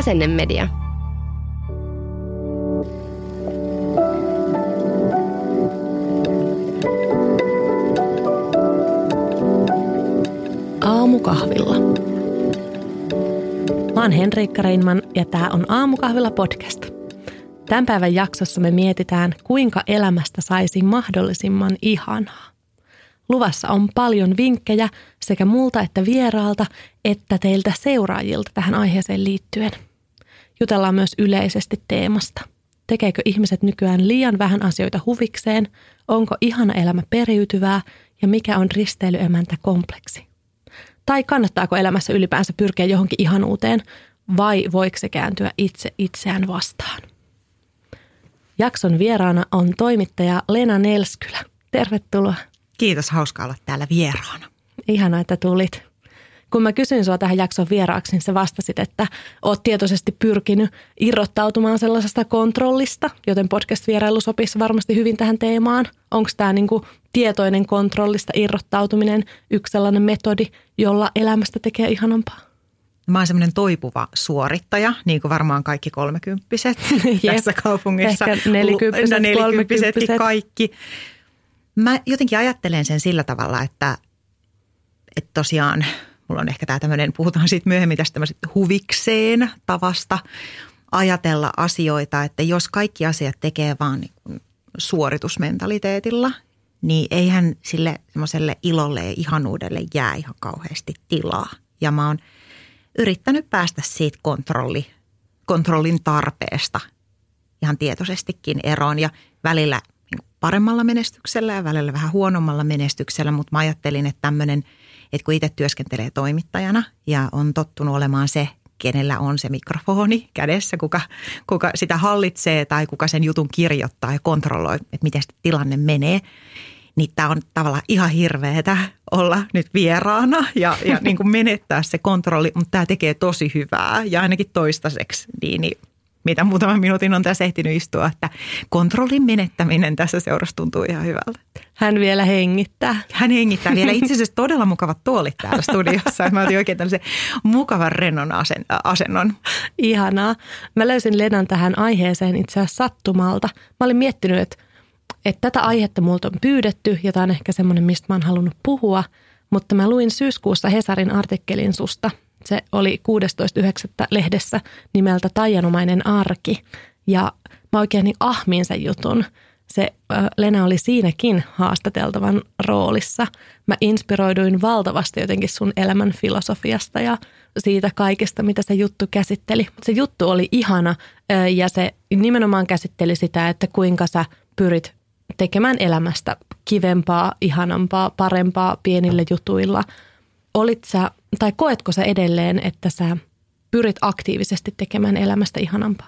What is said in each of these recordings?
Asennemedia. Aamukahvilla. Mä oon Henriikka Reinman ja tää on Aamukahvilla podcast. Tämän päivän jaksossa me mietitään, kuinka elämästä saisi mahdollisimman ihanaa. Luvassa on paljon vinkkejä sekä multa että vieraalta että teiltä seuraajilta tähän aiheeseen liittyen. Jutellaan myös yleisesti teemasta. Tekeekö ihmiset nykyään liian vähän asioita huvikseen? Onko ihana elämä periytyvää? Ja mikä on risteilyemäntäkompleksi? Tai kannattaako elämässä ylipäänsä pyrkiä johonkin ihanuuteen vai voiko se kääntyä itse itseään vastaan? Jakson vieraana on toimittaja Lena Nelskylä. Tervetuloa. Kiitos, hauska olla täällä vieraana. Ihanaa, että tulit. Kun mä kysyin sua tähän jakson vieraaksi, niin sä vastasit, että oot tietoisesti pyrkinyt irrottautumaan sellaisesta kontrollista, joten podcast-vierailu sopisi varmasti hyvin tähän teemaan. Onko tämä niinku tietoinen kontrollista irrottautuminen yksi sellainen metodi, jolla elämästä tekee ihanampaa? Mä oon semmoinen toipuva suorittaja, niin kuin varmaan kaikki 30-vuotiaat tässä kaupungissa. Ehkä 40-vuotiaat, 40-vuotiaatkin kaikki. Mä jotenkin ajattelen sen sillä tavalla, että tosiaan mulla on ehkä tämä tämmöinen, puhutaan siitä myöhemmin tästä tämmöisestä huvikseen tavasta ajatella asioita, että jos kaikki asiat tekee vaan niin kuin suoritusmentaliteetilla, niin eihän sille semmoiselle ilolle ja ihanuudelle jää ihan kauheasti tilaa. Ja mä oon yrittänyt päästä siitä kontrollin tarpeesta ihan tietoisestikin eroon ja välillä paremmalla menestyksellä ja välillä vähän huonommalla menestyksellä, mutta mä ajattelin, että tämmöinen, että kun itse työskentelee toimittajana ja on tottunut olemaan se, kenellä on se mikrofoni kädessä, kuka sitä hallitsee tai kuka sen jutun kirjoittaa ja kontrolloi, että miten se tilanne menee, niin tämä on tavallaan ihan hirveetä olla nyt vieraana ja niin kuin menettää se kontrolli, mutta tämä tekee tosi hyvää ja ainakin toistaiseksi niin mitä muutaman minuutin on tässä ehtinyt istua, että kontrollin menettäminen tässä seurassa tuntuu ihan hyvältä. Hän vielä hengittää. Hän hengittää vielä. Itse asiassa todella mukavat tuolit täällä studiossa. Mä otin oikein tällaisen mukavan rennon asennon. Ihanaa. Mä löysin Lenan tähän aiheeseen itse asiassa sattumalta. Mä olin miettinyt, että tätä aihetta multa on pyydetty ja tämä on ehkä semmoinen, mistä mä oon halunnut puhua. Mutta mä luin syyskuussa Hesarin artikkelin susta. Se oli 16.9. lehdessä nimeltä Taianomainen arki ja mä oikein niin ahmin sen jutun. Lena oli siinäkin haastateltavan roolissa. Mä inspiroiduin valtavasti jotenkin sun elämän filosofiasta ja siitä kaikesta, mitä se juttu käsitteli. Se juttu oli ihana ja se nimenomaan käsitteli sitä, että kuinka sä pyrit tekemään elämästä kivempaa, ihanampaa, parempaa pienillä jutuilla. Koetko sä edelleen, että sä pyrit aktiivisesti tekemään elämästä ihanampaa?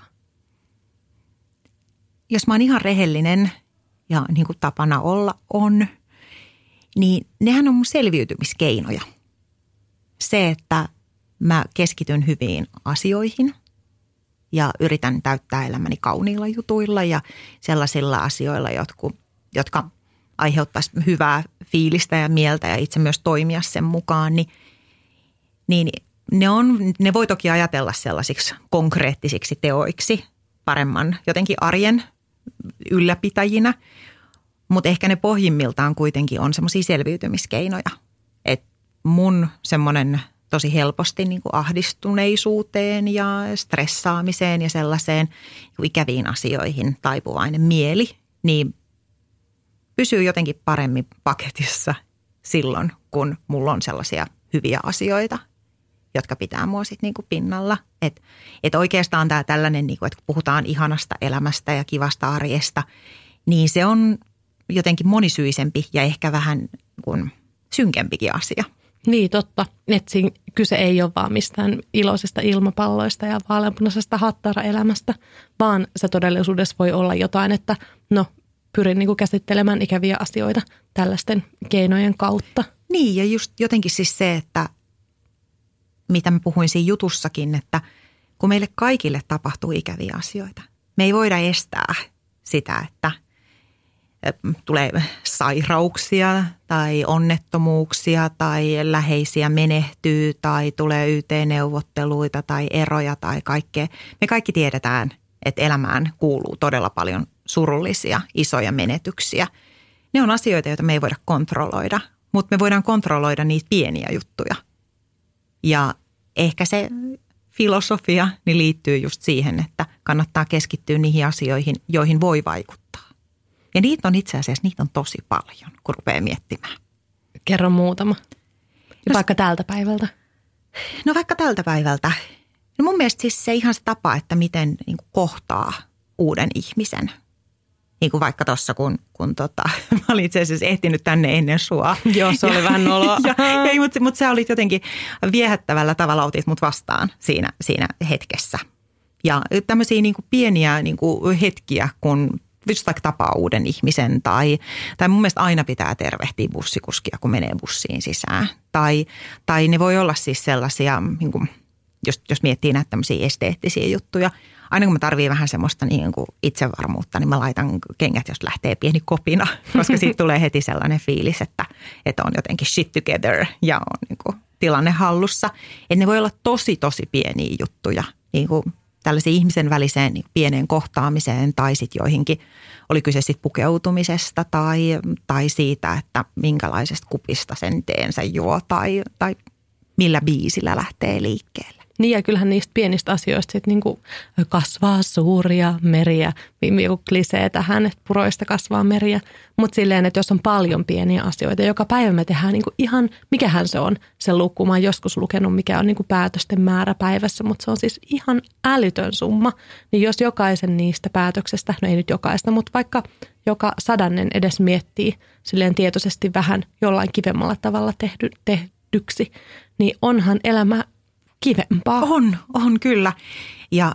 Jos mä oon ihan rehellinen ja niin kuin tapana olla on, niin nehän on mun selviytymiskeinoja. Se, että mä keskityn hyviin asioihin ja yritän täyttää elämäni kauniilla jutuilla ja sellaisilla asioilla, jotka aiheuttaisi hyvää fiilistä ja mieltä ja itse myös toimia sen mukaan, niin ne voi toki ajatella sellaisiksi konkreettisiksi teoiksi paremman jotenkin arjen ylläpitäjinä, mutta ehkä ne pohjimmiltaan kuitenkin on semmoisia selviytymiskeinoja. Että mun semmoinen tosi helposti niin kuin ahdistuneisuuteen ja stressaamiseen ja sellaiseen ikäviin asioihin taipuvainen mieli, niin pysyy jotenkin paremmin paketissa silloin, kun mulla on sellaisia hyviä asioita, jotka pitää mua sitten niinku pinnalla. Että oikeastaan tämä tällainen, niinku, että kun puhutaan ihanasta elämästä ja kivasta arjesta, niin se on jotenkin monisyisempi ja ehkä vähän kuin synkempikin asia. Niin, totta. Että kyse ei ole vaan mistään iloisista ilmapalloista ja vaaleanpunaisesta hattara-elämästä, vaan se todellisuudessa voi olla jotain, että pyrin niin kuin käsittelemään ikäviä asioita tällaisten keinojen kautta. Niin, ja just jotenkin siis se, että mitä mä puhuin siinä jutussakin, että kun meille kaikille tapahtuu ikäviä asioita, me ei voida estää sitä, että tulee sairauksia tai onnettomuuksia tai läheisiä menehtyy tai tulee YT-neuvotteluita tai eroja tai kaikkea. Me kaikki tiedetään, että elämään kuuluu todella paljon surullisia, isoja menetyksiä. Ne on asioita, joita me ei voida kontrolloida, mutta me voidaan kontrolloida niitä pieniä juttuja. Ja ehkä se filosofia niin liittyy just siihen, että kannattaa keskittyä niihin asioihin, joihin voi vaikuttaa. Ja niitä on itse asiassa, niitä on tosi paljon, kun rupeaa miettimään. Kerro muutama. Ja vaikka tältä päivältä. No vaikka tältä päivältä. No mun mielestä siis se ihan se tapa, että miten niin kuin kohtaa uuden ihmisen. Niin kuin vaikka tuossa, kun mä olin itse asiassa ehtinyt tänne ennen sua. Joo, se oli vähän noloa. Mutta sä olit jotenkin viehättävällä tavalla, otit mut vastaan siinä hetkessä. Ja tämmöisiä niin kuin pieniä niin kuin hetkiä, kun just vaikka tapaa uuden ihmisen tai mun mielestä aina pitää tervehtiä bussikuskia, kun menee bussiin sisään. Tai ne voi olla siis sellaisia, niin kuin, jos miettii näitä tämmöisiä esteettisiä juttuja. Aina kun mä tarviin vähän semmoista niin kuin itsevarmuutta, niin mä laitan kengät, jos lähtee pieni kopina, koska siitä tulee heti sellainen fiilis, että on jotenkin shit together ja on niin kuin tilanne hallussa. Että ne voi olla tosi, tosi pieniä juttuja, niin kuin tällaisen ihmisen väliseen niin pieneen kohtaamiseen tai sitten joihinkin, oli kyse sitten pukeutumisesta tai siitä, että minkälaisesta kupista sen teensä juo tai millä biisillä lähtee liikkeelle. Niin ja kyllähän niistä pienistä asioista sitten niinku kasvaa suuria meriä, joku klisee tähän, että puroista kasvaa meriä. Mutta silleen, että jos on paljon pieniä asioita, joka päivä me tehdään niinku ihan, mikähän se on se luku. Mä oon joskus lukenut, mikä on niinku päätösten määrä päivässä, mutta se on siis ihan älytön summa. Niin jos jokaisen niistä päätöksestä, no ei nyt jokaista, mutta vaikka joka 100 edes miettii silleen tietoisesti vähän jollain kivemmalla tavalla tehdyksi, niin onhan elämä kivempaa. On kyllä. Ja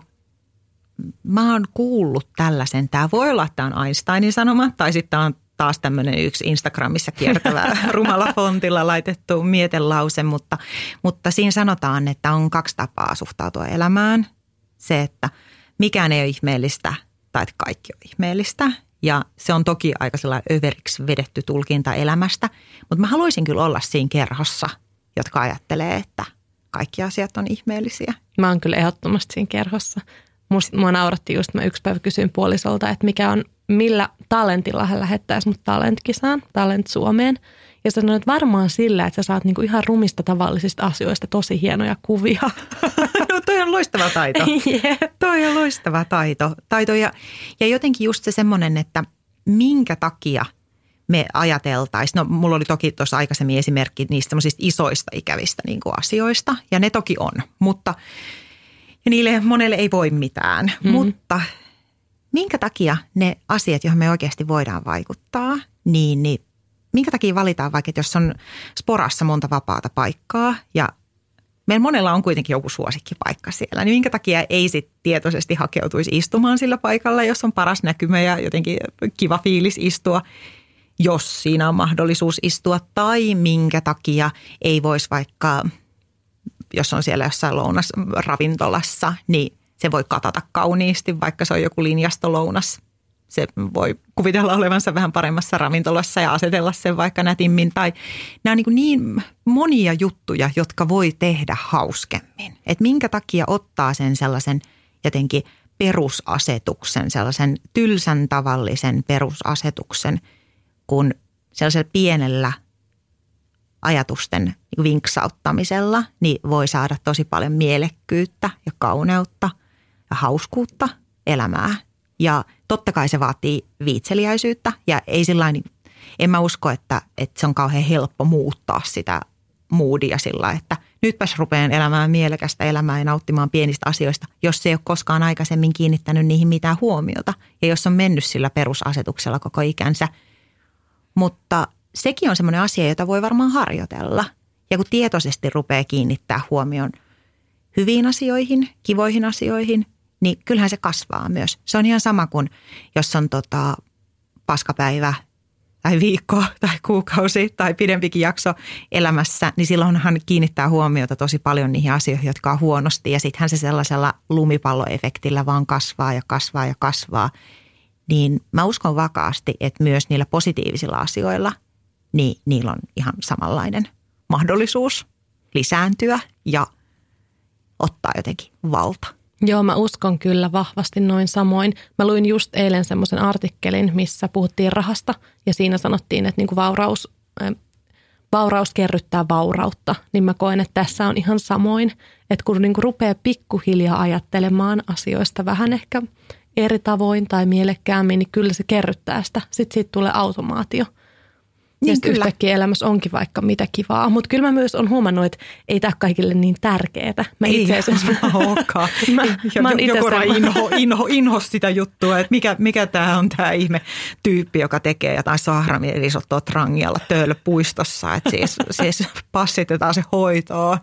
mä oon kuullut tällaisen. Tämä voi olla, että tämä on Einsteinin sanoma tai sitten tämä on taas tämmöinen yksi Instagramissa kiertävä rumalla fontilla laitettu mietelause, mutta siinä sanotaan, että on 2 tapaa suhtautua elämään. Se, että mikään ei ole ihmeellistä tai että kaikki on ihmeellistä. Ja se on toki aika sellainen överiksi vedetty tulkinta elämästä, mutta mä haluaisin kyllä olla siinä kerhossa, jotka ajattelee, että kaikki asiat on ihmeellisiä. Mä oon kyllä ehdottomasti siinä kerhossa. Mua nauratti just, mä yksi päivä kysyin puolisolta, että millä talentilla hän lähettäisi mut talentkisaan, Talent Suomeen. Ja sanoin, että varmaan sillä, että sä saat niinku ihan rumista tavallisista asioista tosi hienoja kuvia. No toi on loistava taito. Yeah. Toi on loistava taito. Ja jotenkin just se semmoinen, että minkä takia me ajateltaisiin, no mulla oli toki tuossa aikaisemmin esimerkki niistä semmoisista isoista ikävistä niin kuin asioista, ja ne toki on, mutta ja niille monelle ei voi mitään, mutta minkä takia ne asiat, joihin me oikeasti voidaan vaikuttaa, niin minkä takia valitaan vaikka, että jos on Sporassa monta vapaata paikkaa ja meillä monella on kuitenkin joku suosikkipaikka siellä, niin minkä takia ei sitten tietoisesti hakeutuisi istumaan sillä paikalla, jos on paras näkymä ja jotenkin kiva fiilis istua, jos siinä on mahdollisuus istua, tai minkä takia ei voisi vaikka, jos on siellä jossain lounasravintolassa, niin se voi katata kauniisti, vaikka se on joku linjastolounas. Se voi kuvitella olevansa vähän paremmassa ravintolassa ja asetella sen vaikka nätimmin. Tai nämä on niin monia juttuja, jotka voi tehdä hauskemmin. Että minkä takia ottaa sen sellaisen jotenkin perusasetuksen, sellaisen tylsän tavallisen perusasetuksen, kun sellaisella pienellä ajatusten vinksauttamisella niin voi saada tosi paljon mielekkyyttä ja kauneutta ja hauskuutta elämää. Ja totta kai se vaatii viitseliäisyyttä ja ei sillain, en mä usko, että se on kauhean helppo muuttaa sitä moodia sillä, että nytpäs rupean elämään mielekästä elämää ja nauttimaan pienistä asioista, jos se ei ole koskaan aikaisemmin kiinnittänyt niihin mitään huomiota ja jos on mennyt sillä perusasetuksella koko ikänsä. Mutta sekin on semmoinen asia, jota voi varmaan harjoitella. Ja kun tietoisesti rupeaa kiinnittää huomioon hyviin asioihin, kivoihin asioihin, niin kyllähän se kasvaa myös. Se on ihan sama kuin jos on paskapäivä tai viikko tai kuukausi tai pidempikin jakso elämässä, niin silloinhan kiinnittää huomiota tosi paljon niihin asioihin, jotka on huonosti. Ja sittenhän se sellaisella lumipalloefektillä vaan kasvaa ja kasvaa ja kasvaa. niin mä uskon vakaasti, että myös niillä positiivisilla asioilla, niin niillä on ihan samanlainen mahdollisuus lisääntyä ja ottaa jotenkin valta. Joo, mä uskon kyllä vahvasti noin samoin. Mä luin just eilen semmoisen artikkelin, missä puhuttiin rahasta ja siinä sanottiin, että niinku vauraus kerryttää vaurautta. Niin mä koen, että tässä on ihan samoin, että kun niinku rupeaa pikkuhiljaa ajattelemaan asioista vähän ehkä eri tavoin tai mielekkäämmin, niin kyllä se kerryttää sitä. Sitten siitä tulee automaatio. Niin ja yhtäkkiä elämässä onkin vaikka mitä kivaa. Mutta kyllä mä myös on huomannut, että ei tämä kaikille niin tärkeetä. Mä itse asiassa inho sitä juttua, että mikä tämä on tämä ihme tyyppi, joka tekee jotain sahramirisottoa Trangialla Töölöpuistossa. Että siis passitetaan se hoitoon.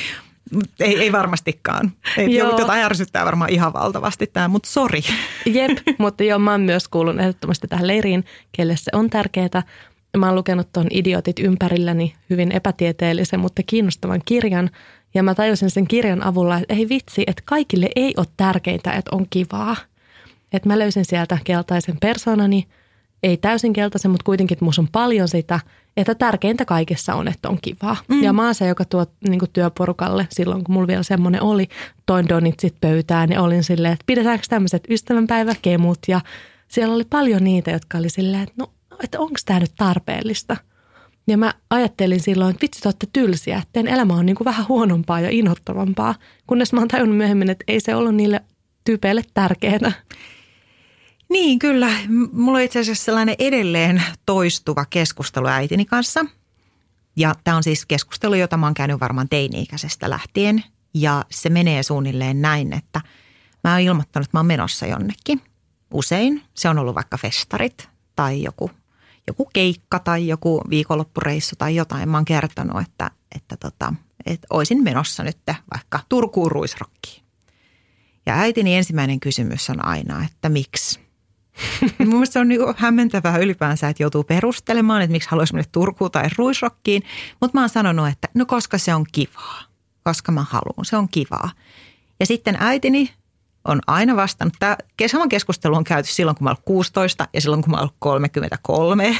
Ei varmastikaan. Jotain ärsyttää varmaan ihan valtavasti tämä, mutta sori. Jep, mutta joo, mä oon myös kuullut ehdottomasti tähän leiriin, kelle se on tärkeää. Mä oon lukenut tuon Idiotit ympärilläni hyvin epätieteellisen, mutta kiinnostavan kirjan. Ja mä tajusin sen kirjan avulla, että ei vitsi, että kaikille ei ole tärkeintä, että on kivaa. Että mä löysin sieltä keltaisen persoonani, ei täysin keltaisen, mutta kuitenkin, että musta on paljon sitä, että tärkeintä kaikessa on, että on kivaa. Ja mä oon se, joka tuo niin kuin työporukalle silloin, kun mulla vielä semmoinen oli, toin donitsit pöytään ja olin silleen, että pidetäänkö tämmöiset ystävänpäiväkemut. Ja siellä oli paljon niitä, jotka oli silleen, että no, että onko tämä nyt tarpeellista. Ja mä ajattelin silloin, että vitsi, te olette tylsiä, että teidän elämä on niin kuin vähän huonompaa ja inhottavampaa, kunnes mä oon tajunnut myöhemmin, että ei se ollut niille tyypeille tärkeää. Niin, kyllä. Mulla on itse asiassa sellainen edelleen toistuva keskustelu äitini kanssa. Ja tämä on siis keskustelu, jota mä oon käynyt varmaan teini-ikäisestä lähtien. Ja se menee suunnilleen näin, että mä oon ilmoittanut, että mä oon menossa jonnekin. Usein se on ollut vaikka festarit tai joku keikka tai joku viikonloppureissu tai jotain. Mä oon kertonut, että olisin menossa nyt vaikka Turkuun ruisrokkiin. Ja äitini ensimmäinen kysymys on aina, että miksi? Mun mielestä se on niin hämmentävää ylipäänsä, että joutuu perustelemaan, että miksi haluaisi mennä Turkuun tai ruisrokkiin. Mutta mä oon sanonut, että no koska se on kivaa, koska mä haluan, se on kivaa. Ja sitten äitini on aina vastannut. Tämä saman keskustelu on käyty silloin, kun mä olen 16 ja silloin, kun mä olen 33.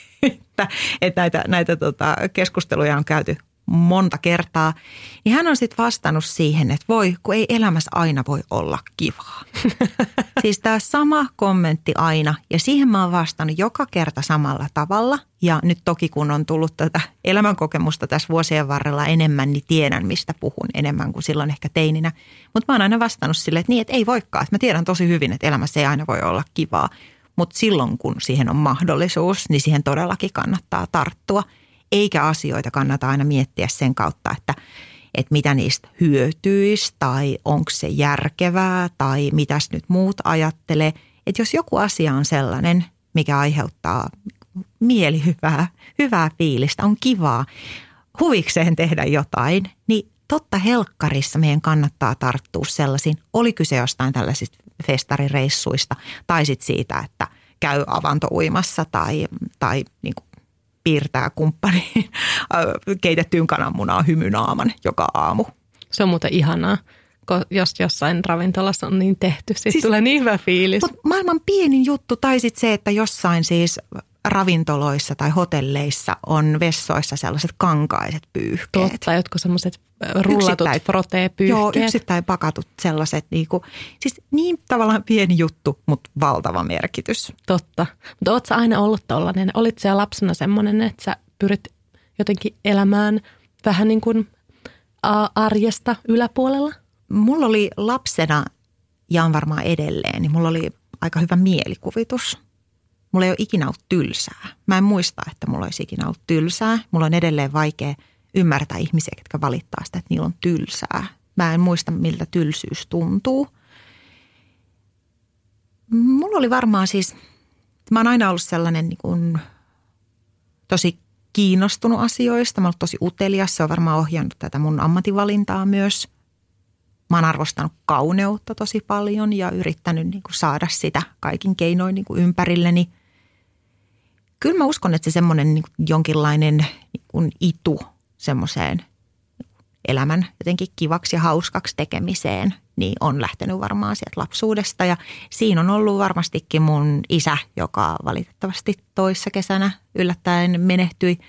että näitä keskusteluja on käyty monta kertaa. Niin hän on sitten vastannut siihen, että voi, kun ei elämässä aina voi olla kivaa. Siis tämä sama kommentti aina ja siihen mä oon vastannut joka kerta samalla tavalla. Ja nyt toki kun on tullut tätä elämänkokemusta tässä vuosien varrella enemmän, niin tiedän mistä puhun enemmän kuin silloin ehkä teininä. Mutta mä oon aina vastannut silleen, että niin, että ei voikaan. Että mä tiedän tosi hyvin, että elämässä ei aina voi olla kivaa. Mutta silloin kun siihen on mahdollisuus, niin siihen todellakin kannattaa tarttua. Eikä asioita kannata aina miettiä sen kautta, että mitä niistä hyötyisi tai onko se järkevää tai mitäs nyt muut ajattelee. Että jos joku asia on sellainen, mikä aiheuttaa hyvää fiilistä, on kivaa huvikseen tehdä jotain, niin totta helkkarissa meidän kannattaa tarttua sellaisiin. Oli kyse jostain tällaisista festarireissuista tai sitten siitä, että käy avantouimassa tai niin kuin piirtää kumppaniin keitettyyn kananmunaan hymynaaman joka aamu. Se on muuten ihanaa, jos jossain ravintolassa on niin tehty. Siis tulee niin hyvä fiilis. Maailman pienin juttu tai sitten se, että jossain siis ravintoloissa tai hotelleissa on vessoissa sellaiset kankaiset pyyhkeet. Totta, jotkut sellaiset rullatut frotee-pyyhkeet. Joo, yksittäin pakatut sellaiset. Siis niin tavallaan pieni juttu, mutta valtava merkitys. Totta. Mutta ootko sä aina ollut tollainen? Olit sä lapsena semmoinen, että sä pyrit jotenkin elämään vähän niin kuin arjesta yläpuolella? Mulla oli lapsena, ja on varmaan edelleen, niin mulla oli aika hyvä mielikuvitus. Mulla ei ole ikinä ollut tylsää. Mä en muista, että mulla olisi ikinä ollut tylsää. Mulla on edelleen vaikea ymmärtää ihmisiä, jotka valittaa sitä, että niillä on tylsää. Mä en muista, miltä tylsyys tuntuu. Mulla oli varmaan siis, mä oon aina ollut sellainen niin kuin tosi kiinnostunut asioista. Mä oon ollut tosi utelias. Se on varmaan ohjannut tätä mun ammatinvalintaa myös. Mä oon arvostanut kauneutta tosi paljon ja yrittänyt niin kuin saada sitä kaikin keinoin niin kuin ympärilleni. Kyllä mä uskon, että se semmoinen niin kuin jonkinlainen niin kuin itu semmoiseen elämän jotenkin kivaksi ja hauskaksi tekemiseen, niin on lähtenyt varmaan sieltä lapsuudesta. Ja siinä on ollut varmastikin mun isä, joka valitettavasti toissa kesänä yllättäen menehtyi.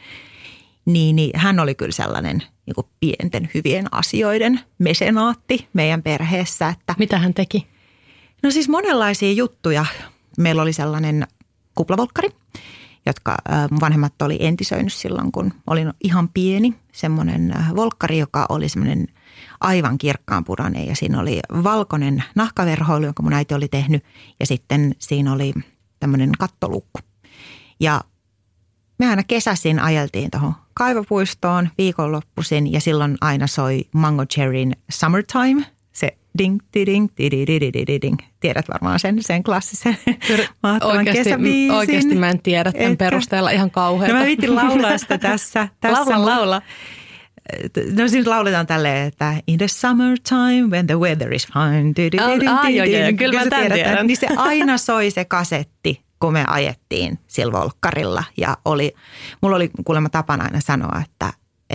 Niin hän oli kyllä sellainen niin kuin pienten hyvien asioiden mesenaatti meidän perheessä. Että mitä hän teki? No siis monenlaisia juttuja. Meillä oli sellainen kuplavolkkari, jotka vanhemmat oli entisöinyt silloin, kun olin ihan pieni. Semmoinen volkkari, joka oli semmoinen aivan kirkkaanpunainen ja siinä oli valkoinen nahkaverhoilu, jonka mun äiti oli tehnyt ja sitten siinä oli tämmöinen kattolukku. Ja me aina kesäisin ajeltiin tuohon kaivopuistoon viikonloppuisin ja silloin aina soi Mango Cherryn Summertime. Se ding, ding, ding. Tiedät varmaan sen klassisen mahtavan kesäbiisin. Oikeasti mä en tiedä tämän perusteella ihan kauheata. No mä viitin laulaa sitä tässä. Laula. No siinä lauletaan tälleen, että in the summertime when the weather is fine. Kyllä mä tämän tiedän. Niin se aina soi se kasetti, kun me ajettiin sillä volkkarilla. Ja mulla oli kuulemma tapana aina sanoa, että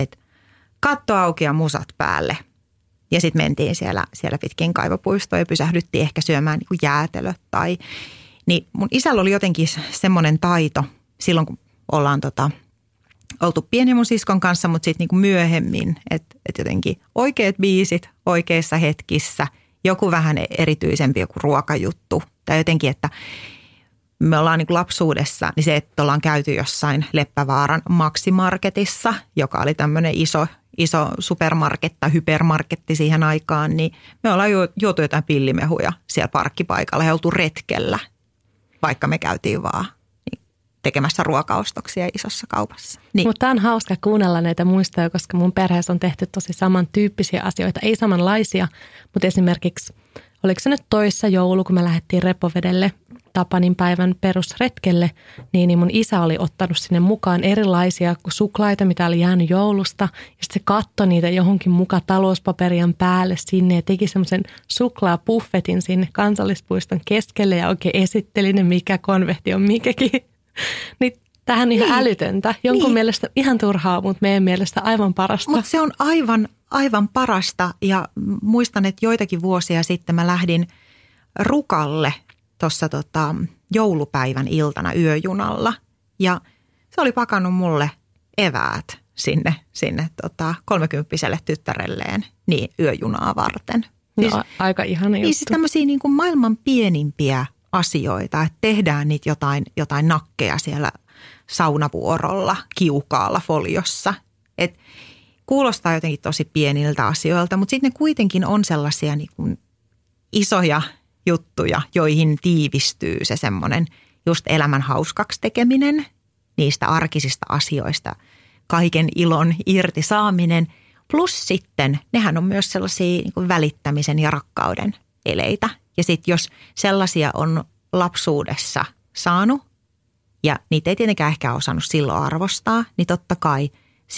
katto auki ja musat päälle. Ja sitten mentiin siellä pitkin kaivopuistoa ja pysähdyttiin ehkä syömään niin kuin jäätelöt niin mun isällä oli jotenkin semmoinen taito silloin, kun ollaan oltu pieni mun siskon kanssa, mutta sitten niin kuin myöhemmin, että jotenkin oikeat biisit oikeissa hetkissä, joku vähän erityisempi joku ruokajuttu tai jotenkin, että me ollaan niin kuin lapsuudessa, niin se, että ollaan käyty jossain Leppävaaran Maximarketissa, joka oli tämmöinen iso supermarket tai hypermarketti siihen aikaan, niin me ollaan juotu jotain pillimehuja siellä parkkipaikalla ja oltu retkellä, vaikka me käytiin vaan tekemässä ruokaostoksia isossa kaupassa. Niin. Mutta on hauska kuunnella näitä muistoja, koska mun perheessä on tehty tosi samantyyppisiä asioita, ei samanlaisia, mutta esimerkiksi oliko se nyt toissa joulu, kun me lähdettiin Repovedelle Tapanin päivän perusretkelle, niin mun isä oli ottanut sinne mukaan erilaisia suklaita, mitä oli jäänyt joulusta. Ja sitten se kattoi niitä johonkin mukaan talouspaperian päälle sinne ja teki semmoisen suklaapuffetin sinne Kansallispuiston keskelle ja oikein esitteli ne, mikä konvehti on mikäkin. Niin tämähän on ihan älytöntä. Jonkun mielestä ihan turhaa, mutta meidän mielestä aivan parasta. Mutta se on aivan parasta ja muistan, että joitakin vuosia sitten mä lähdin Rukalle tuossa joulupäivän iltana yöjunalla ja se oli pakannut mulle eväät sinne 30-vuotiaalle tyttärelleen niin yöjunaa varten. Siis, no, aika ihana juttu. Niin siis tämmöisiä niin kuin maailman pienimpiä asioita, että tehdään niitä jotain nakkeja siellä saunavuorolla, kiukaalla, foliossa. Et kuulostaa jotenkin tosi pieniltä asioilta, mutta sitten ne kuitenkin on sellaisia niin kuin isoja juttuja, joihin tiivistyy se semmoinen just elämän hauskaksi tekeminen, niistä arkisista asioista, kaiken ilon irti saaminen. Plus sitten nehän on myös sellaisia niin kuin välittämisen ja rakkauden eleitä. Ja sitten jos sellaisia on lapsuudessa saanut ja niitä ei tietenkään ehkä osannut silloin arvostaa, niin totta kai,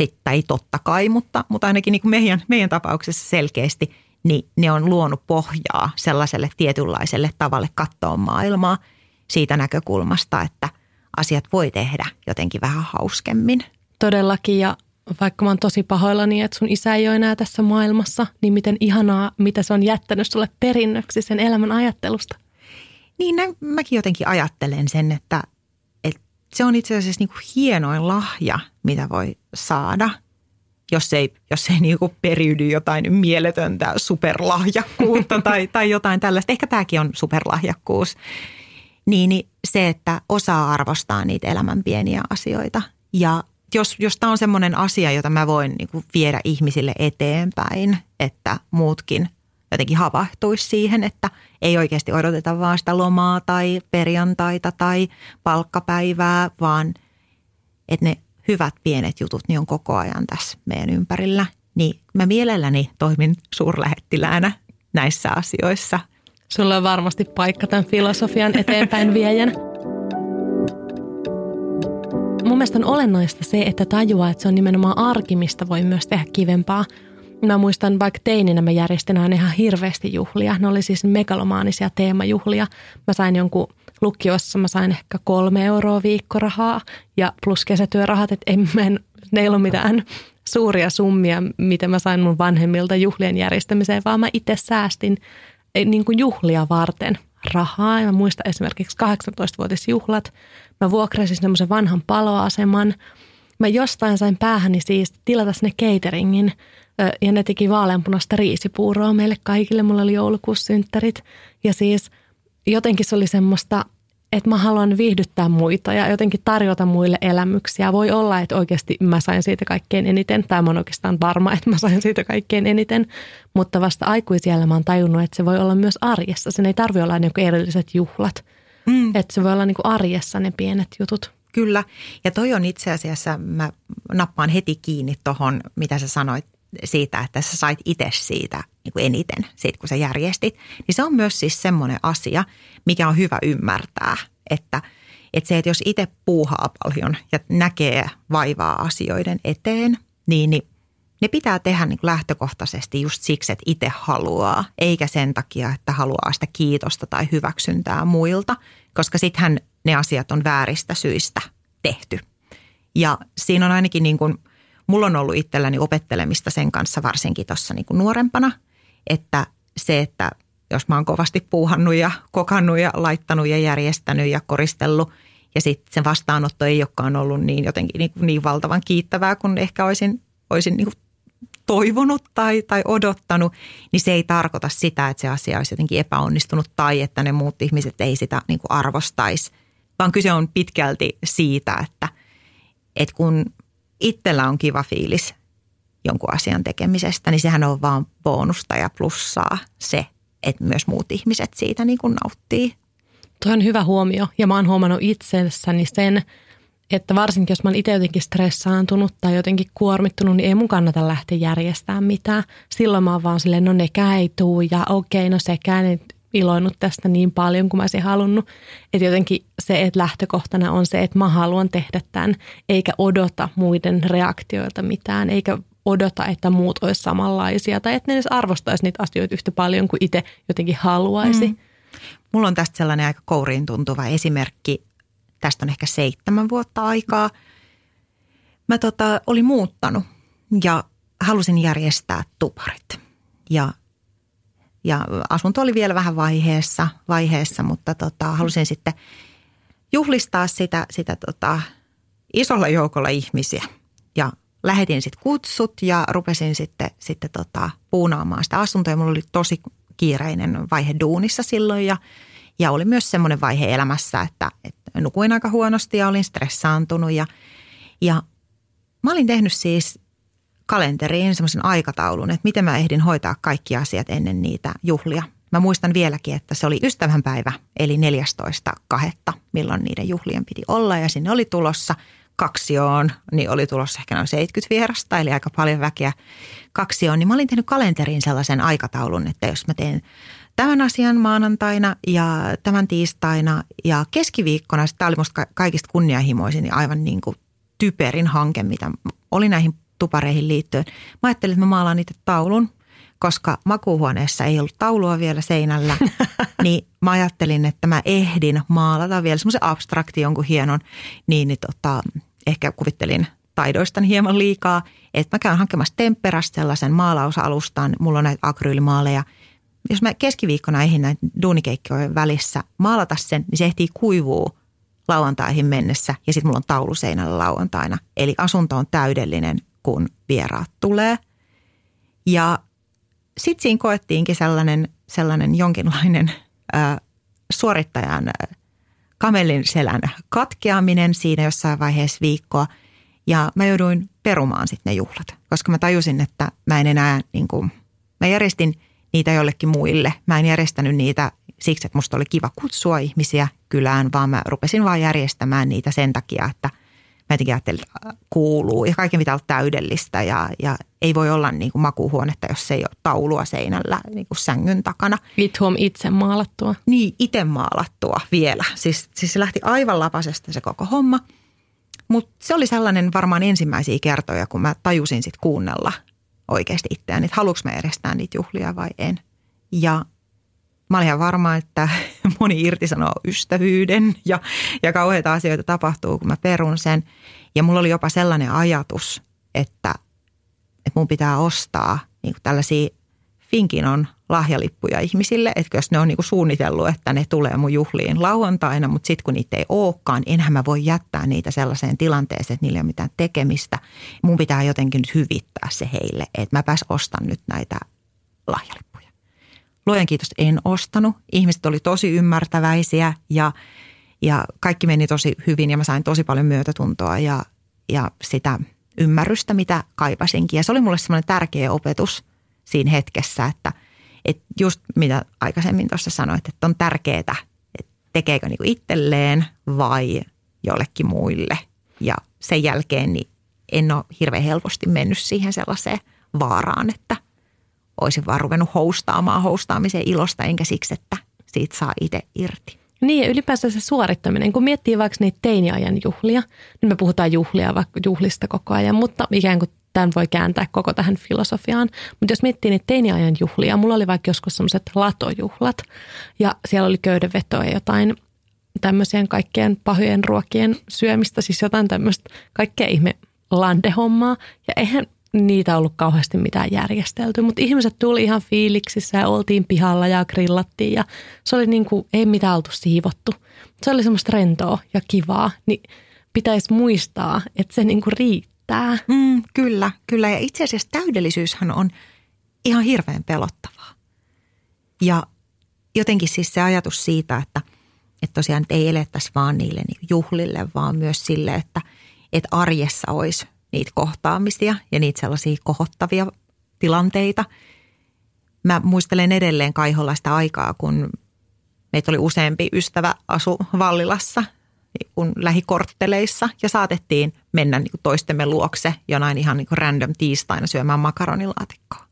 mutta ainakin niin kuin meidän tapauksessa selkeästi, niin ne on luonut pohjaa sellaiselle tietynlaiselle tavalle katsoa maailmaa siitä näkökulmasta, että asiat voi tehdä jotenkin vähän hauskemmin. Todellakin, ja vaikka mä oon tosi pahoillani, että sun isä ei ole enää tässä maailmassa, niin miten ihanaa, mitä se on jättänyt sulle perinnöksi sen elämän ajattelusta. Niin mäkin jotenkin ajattelen sen, että se on itse asiassa niin kuin hienoin lahja, mitä voi saada, jos ei niin kuin periydy jotain mieletöntä superlahjakkuutta tai jotain tällaista. Ehkä tämäkin on superlahjakkuus. Niin se, että osaa arvostaa niitä elämän pieniä asioita. Ja jos tämä on semmoinen asia, jota mä voin niin kuin viedä ihmisille eteenpäin, että muutkin jotenkin havahtuisi siihen, että ei oikeasti odoteta vaan sitä lomaa tai perjantaita tai palkkapäivää, vaan että ne hyvät pienet jutut niin on koko ajan tässä meidän ympärillä. Niin mä mielelläni toimin suurlähettiläänä näissä asioissa. Sulla on varmasti paikka tämän filosofian eteenpäin viejänä. Mun mielestä on olennaista se, että tajuaa, että se on nimenomaan arki, mistä voi myös tehdä kivempaa. Mä muistan vaikka teininä me järjestin aina ihan hirveästi juhlia. Ne oli siis megalomaanisia teemajuhlia. Mä sain jonkun lukiossa, mä sain ehkä 3 € viikkorahaa ja plus kesätyörahat, että ne ei ollut mitään suuria summia, mitä mä sain mun vanhemmilta juhlien järjestämiseen, vaan mä itse säästin niin kuin juhlia varten rahaa. Ja mä muistan esimerkiksi 18-vuotisjuhlat. Mä vuokrasin semmoisen vanhan paloaseman. Mä jostain sain päähäni siis tilata sinne cateringin ja ne teki vaaleanpunaista riisipuuroa meille kaikille. Mulla oli joulukuussynttärit ja siis jotenkin se oli semmoista, että mä haluan viihdyttää muita ja jotenkin tarjota muille elämyksiä. Voi olla, että oikeasti mä sain siitä kaikkein eniten. Tai mä oon oikeastaan varma, että mä sain siitä kaikkein eniten. Mutta vasta aikuisiellä mä oon tajunnut, että se voi olla myös arjessa. Sen ei tarvitse olla niin kuin erilliset juhlat. Että se voi olla niin kuin arjessa ne pienet jutut. Kyllä. Ja toi on itse asiassa, mä nappaan heti kiinni tohon, mitä sä sanoit siitä, että sä sait itse siitä niin kuin eniten, siitä kun sä järjestit. Niin se on myös siis semmoinen asia, mikä on hyvä ymmärtää, että se, että jos itse puuhaa paljon ja näkee vaivaa asioiden eteen, niin ne pitää tehdä niin kuin lähtökohtaisesti just siksi, että itse haluaa, eikä sen takia, että haluaa sitä kiitosta tai hyväksyntää muilta, koska sittenhän ne asiat on vääristä syistä tehty. Ja siinä on ainakin niin kuin, mulla on ollut itselläni opettelemista sen kanssa varsinkin tuossa niin kuin nuorempana, että se, että jos mä oon kovasti puuhannut ja kokannut ja laittanut ja järjestänyt ja koristellut ja sitten sen vastaanotto ei olekaan ollut niin jotenkin niin valtavan kiittävää kuin ehkä olisin niin kuin toivonut tai odottanut, niin se ei tarkoita sitä, että se asia olisi jotenkin epäonnistunut tai että ne muut ihmiset ei sitä niin kuin arvostaisi, vaan kyse on pitkälti siitä, että kun itsellä on kiva fiilis jonkun asian tekemisestä, niin sehän on vaan bonusta ja plussaa se, että myös muut ihmiset siitä niin kuin nauttii. Tuo on hyvä huomio ja mä oon huomannut itsessäni sen, että varsinkin jos mä oon itse jotenkin stressaantunut tai jotenkin kuormittunut, niin ei mun kannata lähteä järjestämään mitään. Silloin mä oon vaan silleen, no nekään ei tuu ja okei, no sekään ei iloinut tästä niin paljon kuin mä olisin halunnut. Että jotenkin se, että lähtökohtana on se, että mä haluan tehdä tämän, eikä odota muiden reaktioilta mitään, eikä odota, että muut olisi samanlaisia tai että ne edes arvostaisi niitä asioita yhtä paljon kuin itse jotenkin haluaisi. Mulla on tästä sellainen aika kouriin tuntuva esimerkki. Tästä on ehkä 7 vuotta aikaa. Mä olin muuttanut ja halusin järjestää tuparit. Ja asunto oli vielä vähän vaiheessa mutta halusin sitten juhlistaa sitä isolla joukolla ihmisiä. Ja lähetin sitten kutsut ja rupesin sitten puunaamaan sitä asuntoa. Mulla oli tosi kiireinen vaihe duunissa silloin ja oli myös semmoinen vaihe elämässä, että nukuin aika huonosti ja olin stressaantunut. Ja mä olin tehnyt siis kalenteriin semmoisen aikataulun, että miten mä ehdin hoitaa kaikki asiat ennen niitä juhlia. Mä muistan vieläkin, että se oli ystävänpäivä, eli 14.2., milloin niiden juhlien piti olla. Ja sinne oli tulossa kaksioon, niin oli tulossa ehkä noin 70 vierasta, eli aika paljon väkeä kaksioon. Niin mä olin tehnyt kalenteriin sellaisen aikataulun, että jos mä teen tämän asian maanantaina ja tämän tiistaina ja keskiviikkona, tämä oli musta kaikista kunnianhimoisin ja aivan niin kuin typerin hanke, mitä oli näihin tupareihin liittyen. Mä ajattelin, että mä maalaan niitä taulun, koska makuuhuoneessa ei ollut taulua vielä seinällä, niin mä ajattelin, että mä ehdin maalata vielä semmoisen abstrakti jonkun hienon, niin ehkä kuvittelin taidoistani hieman liikaa, että mä käyn hankkemassa Temperasta sellaisen maalausalustan, mulla on näitä akryylimaaleja. Jos mä keskiviikkona ehdin näitä duunikeikkojen välissä maalata sen, niin se ehtii kuivuu lauantaihin mennessä ja sitten mulla on taulu seinällä lauantaina. Eli asunto on täydellinen, kun vieraat tulee. Ja sitten siinä koettiinkin sellainen jonkinlainen suorittajan kamelin selän katkeaminen siinä jossain vaiheessa viikkoa. Ja mä jouduin perumaan sitten ne juhlat, koska mä tajusin, että mä en enää mä järjestin niitä jollekin muille. Mä en järjestänyt niitä siksi, että musta oli kiva kutsua ihmisiä kylään, vaan mä rupesin vaan järjestämään niitä sen takia, että mä jotenkin ajattelin, että kuuluu ja kaiken pitää olla täydellistä ja ei voi olla niin kuin makuuhuonetta, jos ei ole taulua seinällä niin kuin sängyn takana. Itse maalattua. Niin, itse maalattua vielä. Siis se lähti aivan lapasesta se koko homma. Mutta se oli sellainen varmaan ensimmäisiä kertoja, kun mä tajusin sitten kuunnella oikeasti itseään, että haluanko mä järjestää niitä juhlia vai en. Ja mä olin ihan varma, että moni irtisanoo ystävyyden ja kauheita asioita tapahtuu, kun mä perun sen. Ja mulla oli jopa sellainen ajatus, että että mun pitää ostaa niin kuin tällaisia Finkinon lahjalippuja ihmisille, että jos ne on niin kuin suunnitellut, että ne tulee mun juhliin lauantaina, mutta sitten kun niitä ei olekaan, niin enhän mä voi jättää niitä sellaiseen tilanteeseen, että niillä ei ole mitään tekemistä. Mun pitää jotenkin nyt hyvittää se heille, että mä ostan nyt näitä lahjalippuja. Luojan kiitos, en ostanut. Ihmiset oli tosi ymmärtäväisiä ja kaikki meni tosi hyvin ja mä sain tosi paljon myötätuntoa ja sitä ymmärrystä, mitä kaipasinkin. Ja se oli mulle semmoinen tärkeä opetus siinä hetkessä, että just mitä aikaisemmin tuossa sanoit, että on tärkeää, että tekeekö niinku itselleen vai jollekin muille. Ja sen jälkeen niin en ole hirveän helposti mennyt siihen sellaiseen vaaraan, että olisin vaan ruvennut hostaamisen ilosta, enkä siksi, että siitä saa itse irti. Niin ja ylipäänsä se suorittaminen, kun miettii vaikka niitä teiniajan juhlia, niin me puhutaan vaikka juhlista koko ajan, mutta ikään kuin tämän voi kääntää koko tähän filosofiaan. Mutta jos miettii niitä teiniajan juhlia, mulla oli vaikka joskus semmoiset latojuhlat ja siellä oli köydenvetoa ja jotain tämmöisien kaikkien pahojen ruokien syömistä, siis jotain tämmöistä kaikkea ihme landehommaa ja eihän niitä ollut kauheasti mitään järjestelty, mutta ihmiset tuli ihan fiiliksissä ja oltiin pihalla ja grillattiin ja se oli niin kuin, ei mitään oltu siivottu. Se oli semmoista rentoa ja kivaa, niin pitäisi muistaa, että se niin kuin riittää. Kyllä. Ja itse asiassa täydellisyyshän on ihan hirveän pelottavaa. Ja jotenkin siis se ajatus siitä, että tosiaan ei elettäisi vaan niille niin juhlille, vaan myös sille, että arjessa olisi niitä kohtaamisia ja niitä sellaisia kohottavia tilanteita. Mä muistelen edelleen Kaiholla sitä aikaa, kun meitä oli useampi ystävä asu Vallilassa niin kun lähikortteleissa ja saatettiin mennä niin kuin toistemme luokse jonain ihan niin kuin random tiistaina syömään makaronilaatikkoa.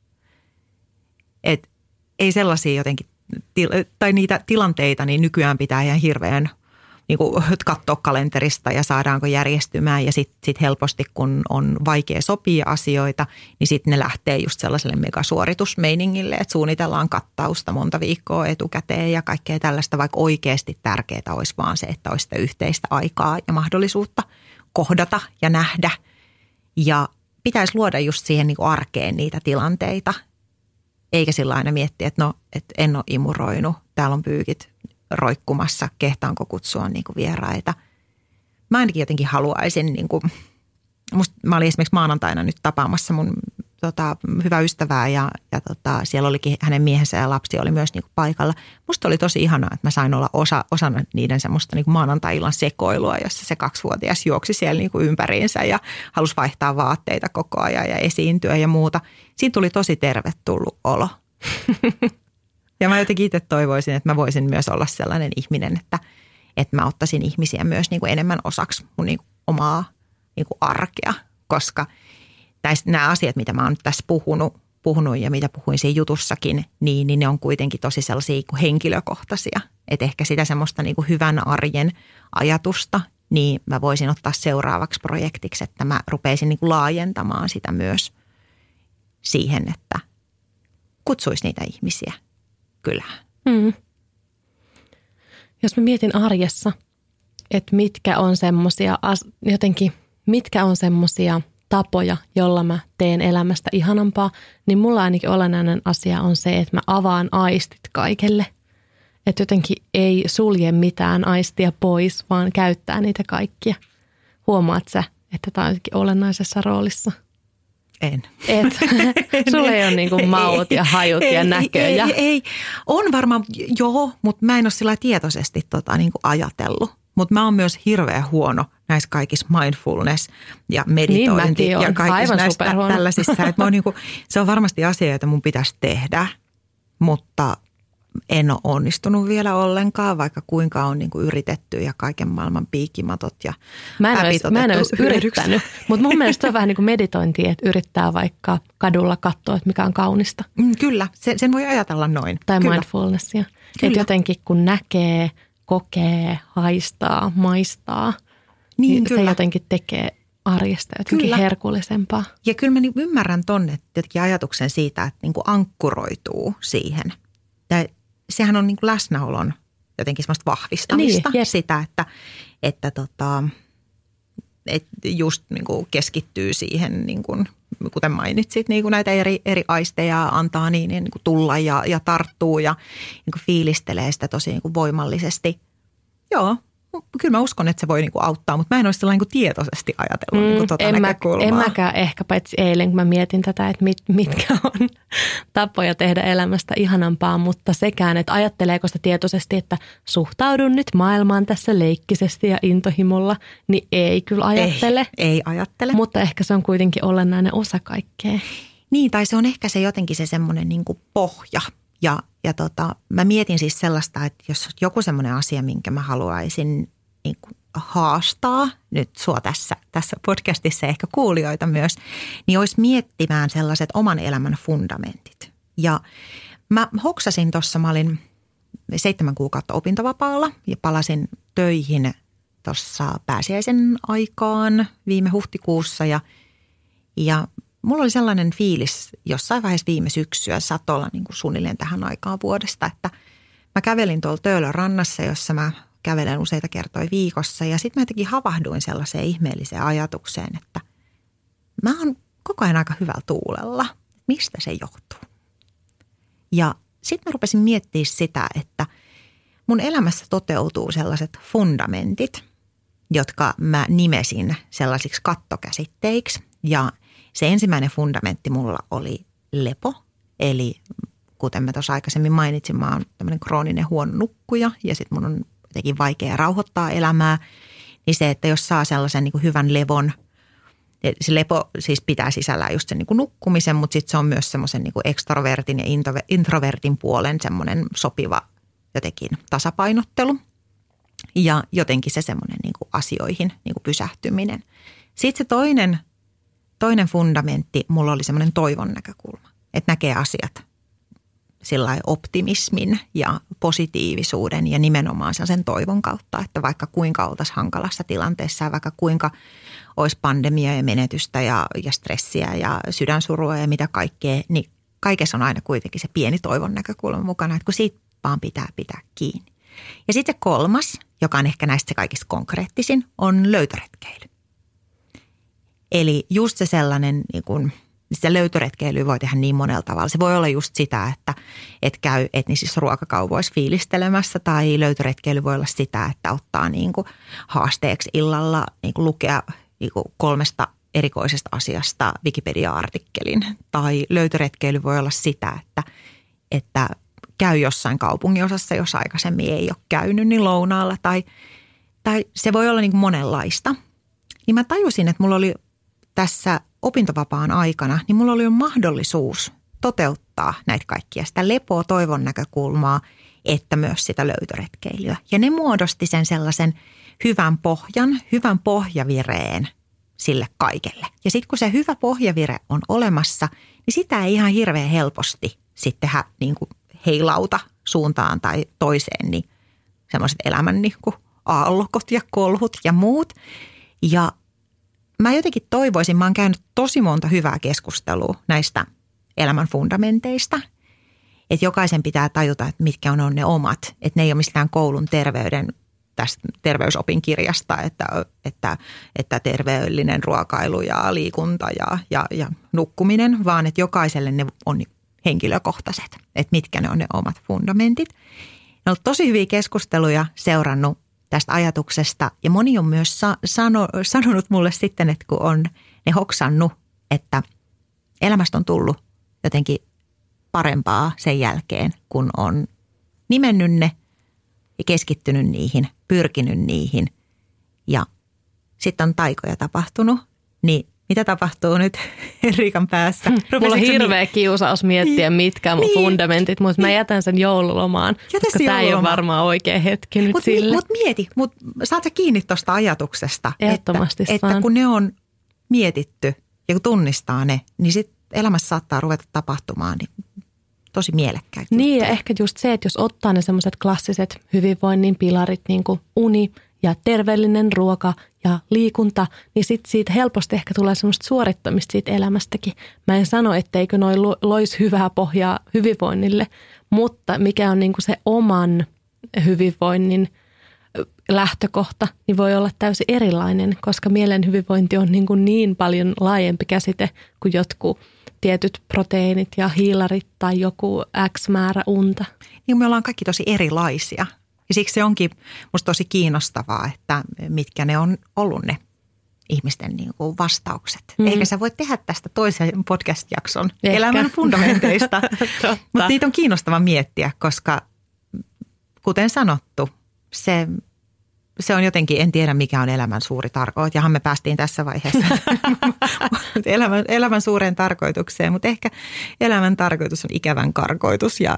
Et ei sellaisia jotenkin, tai niitä tilanteita, niin nykyään pitää ihan hirveän niin kuin katsoa kalenterista ja saadaanko järjestymään ja sitten helposti, kun on vaikea sopia asioita, niin sitten ne lähtee just sellaiselle megasuoritusmeiningille, että suunnitellaan kattausta monta viikkoa etukäteen ja kaikkea tällaista, vaikka oikeasti tärkeää olisi vaan se, että olisi sitä yhteistä aikaa ja mahdollisuutta kohdata ja nähdä. Ja pitäisi luoda just siihen niin kuin arkeen niitä tilanteita, eikä sillä aina miettiä, että no, että en ole imuroinut, täällä on pyykit roikkumassa, kehtaanko kutsua niin kuin vieraita. Mä ainakin jotenkin haluaisin, niin kuin, mä olin esimerkiksi maanantaina nyt tapaamassa mun hyvää ystävää ja siellä olikin hänen miehensä ja lapsi oli myös niin kuin paikalla. Musta oli tosi ihanaa, että mä sain olla osana niiden semmoista niin kuin maanantai-illan sekoilua, jossa se 2-vuotias juoksi siellä niin kuin ympäriinsä ja halusi vaihtaa vaatteita koko ajan ja esiintyä ja muuta. Siinä tuli tosi tervetullut olo. Ja mä jotenkin itse toivoisin, että mä voisin myös olla sellainen ihminen, että mä ottaisin ihmisiä myös niin kuin enemmän osaksi mun niin kuin omaa niin kuin arkea, koska nämä asiat, mitä mä oon nyt tässä puhunut ja mitä puhuin siinä jutussakin, niin ne on kuitenkin tosi sellaisia kuin henkilökohtaisia. Että ehkä sitä semmoista niin kuin hyvän arjen ajatusta, niin mä voisin ottaa seuraavaksi projektiksi, että mä rupeisin niin kuin laajentamaan sitä myös siihen, että kutsuisi niitä ihmisiä. Kyllä. Jos mä mietin arjessa, että mitkä on semmoisia tapoja, jolla mä teen elämästä ihanampaa, niin mulla ainakin olennainen asia on se, että mä avaan aistit kaikelle. Että jotenkin ei sulje mitään aistia pois, vaan käyttää niitä kaikkia. Huomaat sä, että tämä on jotenkin olennaisessa roolissa? En. Et. Sulla ei ole niin kuin maut ja hajut ja näköjä. Ei. On varmaan, joo, mutta mä en ole sillä tietoisesti niin kuin ajatellut. Mutta mä oon myös hirveän huono näissä kaikissa mindfulness ja meditointi niin ja kaikissa näistä tällaisissa. Että mä oon niin kuin, se on varmasti asia, jota mun pitäisi tehdä, mutta en ole onnistunut vielä ollenkaan, vaikka kuinka on niin kuin yritetty ja kaiken maailman piikimatot ja äpit Mä en olisi yrittänyt, mutta mun mielestä se on vähän niin kuin meditointi, että yrittää vaikka kadulla katsoa, että mikä on kaunista. Kyllä, sen voi ajatella noin. Tai kyllä. Mindfulnessia. Että jotenkin kun näkee, kokee, haistaa, maistaa, niin se jotenkin tekee arjesta jotenkin herkullisempaa. Ja kyllä mä ymmärrän tonne jotenkin ajatuksen siitä, että niin kuin ankkuroituu siihen. Sehän on niin kuin läsnäolon jotenkin semmoista vahvistamista. Sitä, että just niin kuin keskittyy siihen, niin kuin, kuten mainitsit, niin kuin näitä eri aisteja antaa niin kuin tulla ja tarttuu ja niin kuin fiilistelee sitä tosi niin kuin voimallisesti. Joo, kyllä mä uskon, että se voi niin kuin auttaa, mutta mä en ole sellainen niin kuin tietoisesti ajatellut niin kuin tuota näkökulmaa. En mäkään ehkä paitsi eilen, kun mä mietin tätä, että mitkä on tapoja tehdä elämästä ihanampaa, mutta sekään, että ajatteleeko sitä tietoisesti, että suhtaudun nyt maailmaan tässä leikkisesti ja intohimolla, niin ei kyllä ajattele. Ei ajattele. Mutta ehkä se on kuitenkin olennainen osa kaikkea. Niin, tai se on ehkä se jotenkin se semmoinen niin kuin pohja. Ja mä mietin siis sellaista, että jos joku semmoinen asia, minkä mä haluaisin niin kuin haastaa nyt sua tässä podcastissa ja ehkä kuulijoita myös, niin olisi miettimään sellaiset oman elämän fundamentit. Ja mä hoksasin tuossa, mä olin 7 kuukautta opintovapaalla ja palasin töihin tuossa pääsiäisen aikaan viime huhtikuussa ja mulla oli sellainen fiilis jossain vaiheessa viime syksyä, saattoi olla niin kuin suunnilleen tähän aikaan vuodesta, että mä kävelin tuolla Töölön rannassa, jossa mä kävelen useita kertoja viikossa ja sitten mä jotenkin havahduin sellaiseen ihmeelliseen ajatukseen, että mä oon koko ajan aika hyvällä tuulella. Mistä se johtuu? Ja sitten mä rupesin miettimään sitä, että mun elämässä toteutuu sellaiset fundamentit, jotka mä nimesin sellaisiksi kattokäsitteiksi ja se ensimmäinen fundamentti mulla oli lepo, eli kuten mä tuossa aikaisemmin mainitsin, mä oon tämmöinen krooninen huono nukkuja ja sitten mun on jotenkin vaikea rauhoittaa elämää. Niin se, että jos saa sellaisen niin kuin hyvän levon, se lepo siis pitää sisällään just sen niin kuin nukkumisen, mutta sitten se on myös semmoisen niin kuin ekstrovertin ja introvertin puolen semmoinen sopiva jotenkin tasapainottelu ja jotenkin se semmoinen niin kuin asioihin niin kuin pysähtyminen. Sitten se toinen fundamentti, mulla oli semmoinen toivon näkökulma, että näkee asiat sillai optimismin ja positiivisuuden ja nimenomaan sen toivon kautta, että vaikka kuinka oltaisiin hankalassa tilanteessa ja vaikka kuinka olisi pandemia ja menetystä ja stressiä ja sydänsurua ja mitä kaikkea, niin kaikessa on aina kuitenkin se pieni toivon näkökulma mukana, että kun siitä vaan pitää kiinni. Ja sitten se 3, joka on ehkä näistä se kaikista konkreettisin, on löytöretkeily. Eli just se sellainen, niin kun, sitä löytöretkeilyä voi tehdä niin monella tavalla. Se voi olla just sitä, että käy etnisissä ruokakaupoissa fiilistelemässä tai löytöretkeily voi olla sitä, että ottaa niin kuin haasteeksi illalla niin kuin lukea niin kuin 3 erikoisesta asiasta Wikipedia-artikkelin. Tai löytöretkeily voi olla sitä, että käy jossain kaupunginosassa, jos aikaisemmin ei ole käynyt, niin lounaalla. Tai se voi olla niin kuin monenlaista. Niin mä tajusin, että mulla oli tässä opintovapaan aikana, niin mulla oli jo mahdollisuus toteuttaa näitä kaikkia, sitä lepoa, toivon näkökulmaa, että myös sitä löytöretkeilyä. Ja ne muodosti sen sellaisen hyvän pohjavireen sille kaikelle. Ja sitten kun se hyvä pohjavire on olemassa, niin sitä ei ihan hirveän helposti sitten niin kuin heilauta suuntaan tai toiseen, niin semmoiset elämän niin kuin aallokot ja kolhut ja muut. Ja mä jotenkin toivoisin, mä oon käynyt tosi monta hyvää keskustelua näistä elämän fundamenteista, että jokaisen pitää tajuta, että mitkä on ne omat, että ne ei ole mistään koulun tästä terveysopin kirjasta, että terveellinen ruokailu ja liikunta ja nukkuminen, vaan että jokaiselle ne on henkilökohtaiset, että mitkä ne on ne omat fundamentit. Ne on ollut tosi hyviä keskusteluja seurannut tästä ajatuksesta ja moni on myös sanonut mulle sitten, että kun on ne hoksannut, että elämästä on tullut jotenkin parempaa sen jälkeen, kun on nimennyt ne ja keskittynyt niihin, pyrkinyt niihin ja sitten on taikoja tapahtunut, niin mitä tapahtuu nyt Henriikan päässä? Mulla on hirveä kiusaus miettiä, mitkä mun fundamentit, mutta mä jätän sen joululomaan, koska tämä ei ole varmaan oikea hetki nyt sille. Mutta mieti, saat sä kiinni tuosta ajatuksesta, että kun ne on mietitty ja kun tunnistaa ne, niin sitten elämässä saattaa ruveta tapahtumaan niin tosi mielekkäitä. Niin ja ehkä just se, että jos ottaa ne semmoiset klassiset hyvinvoinnin pilarit, niin kuin uni ja terveellinen ruoka ja liikunta, niin sitten siitä helposti ehkä tulee semmoista suorittamista siitä elämästäkin. Mä en sano, etteikö noi loisi hyvää pohjaa hyvinvoinnille, mutta mikä on niinku se oman hyvinvoinnin lähtökohta, niin voi olla täysin erilainen, koska mielen hyvinvointi on niin paljon laajempi käsite kuin jotkut tietyt proteiinit ja hiilarit tai joku X määrä unta. Niin me ollaan kaikki tosi erilaisia ja siksi se onkin musta tosi kiinnostavaa, että mitkä ne on ollut ne ihmisten niin kuin vastaukset. Eikä sä voi tehdä tästä toisen podcast-jakson elämän fundamenteista, mutta niitä on kiinnostava miettiä, koska kuten sanottu, se on jotenkin, en tiedä mikä on elämän suuri tarkoitus. Jahan me päästiin tässä vaiheessa elämän suureen tarkoitukseen, mutta ehkä elämän tarkoitus on ikävän karkoitus ja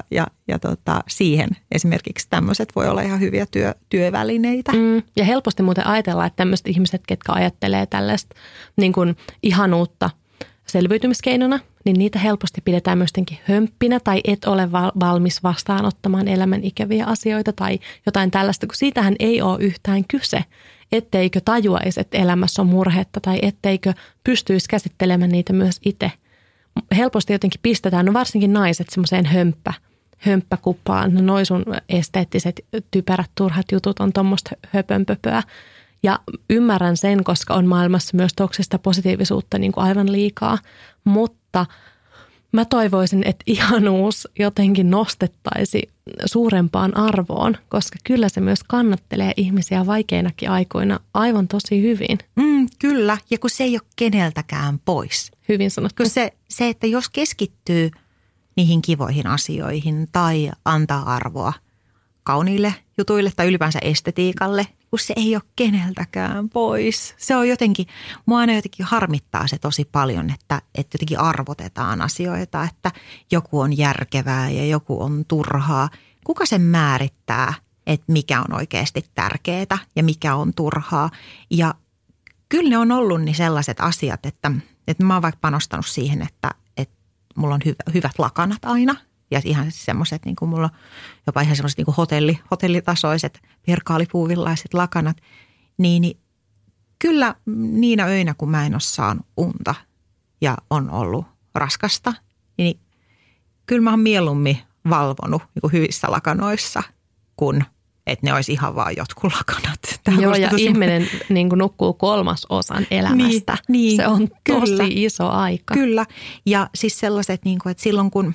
siihen esimerkiksi tämmöiset voi olla ihan hyviä työvälineitä. Ja helposti muuten ajatellaan, että tämmöiset ihmiset, ketkä ajattelee tällaista niin kuin ihanuutta selviytymiskeinona, niin niitä helposti pidetään myös jotenkin hömppinä tai et ole valmis vastaanottamaan elämän ikäviä asioita tai jotain tällaista, kun siitähän ei ole yhtään kyse, etteikö tajuaisi, että elämässä on murhetta tai etteikö pystyisi käsittelemään niitä myös itse. Helposti jotenkin pistetään, no varsinkin naiset semmoiseen hömppäkuppaan, no noi sun esteettiset, typerät, turhat jutut on tuommoista höpönpöpöä. Ja ymmärrän sen, koska on maailmassa myös toksista positiivisuutta niin kuin aivan liikaa, mutta mä toivoisin, että ihanuus jotenkin nostettaisi suurempaan arvoon, koska kyllä se myös kannattelee ihmisiä vaikeinakin aikoina aivan tosi hyvin. Kyllä, ja kun se ei ole keneltäkään pois. Hyvin sanottu. Kun se, että jos keskittyy niihin kivoihin asioihin tai antaa arvoa kauniille jutuille tai ylipäänsä estetiikalle, kun se ei ole keneltäkään pois. Se on jotenkin, mua aina jotenkin harmittaa se tosi paljon, että jotenkin arvotetaan asioita, että joku on järkevää ja joku on turhaa. Kuka sen määrittää, että mikä on oikeasti tärkeää ja mikä on turhaa? Ja kyllä ne on ollut niin sellaiset asiat, että mä oon vaikka panostanut siihen, että mulla on hyvät lakanat aina. Ja ihan semmoiset, niin kuin mulla on jopa ihan semmoiset niin kuin hotellitasoiset perkaalipuuvillaiset lakanat. Niin kyllä niinä öinä, kun mä en ole saanut unta ja on ollut raskasta, niin kyllä mä oon mieluummin valvonut niin kuin hyvissä lakanoissa, kun että ne olisi ihan vaan jotkut lakanat. Joo, ja ihminen niin kuin nukkuu 1/3 elämästä. Niin, se on tosi kyllä, iso aika. Kyllä, ja siis sellaiset, niin kuin, että silloin kun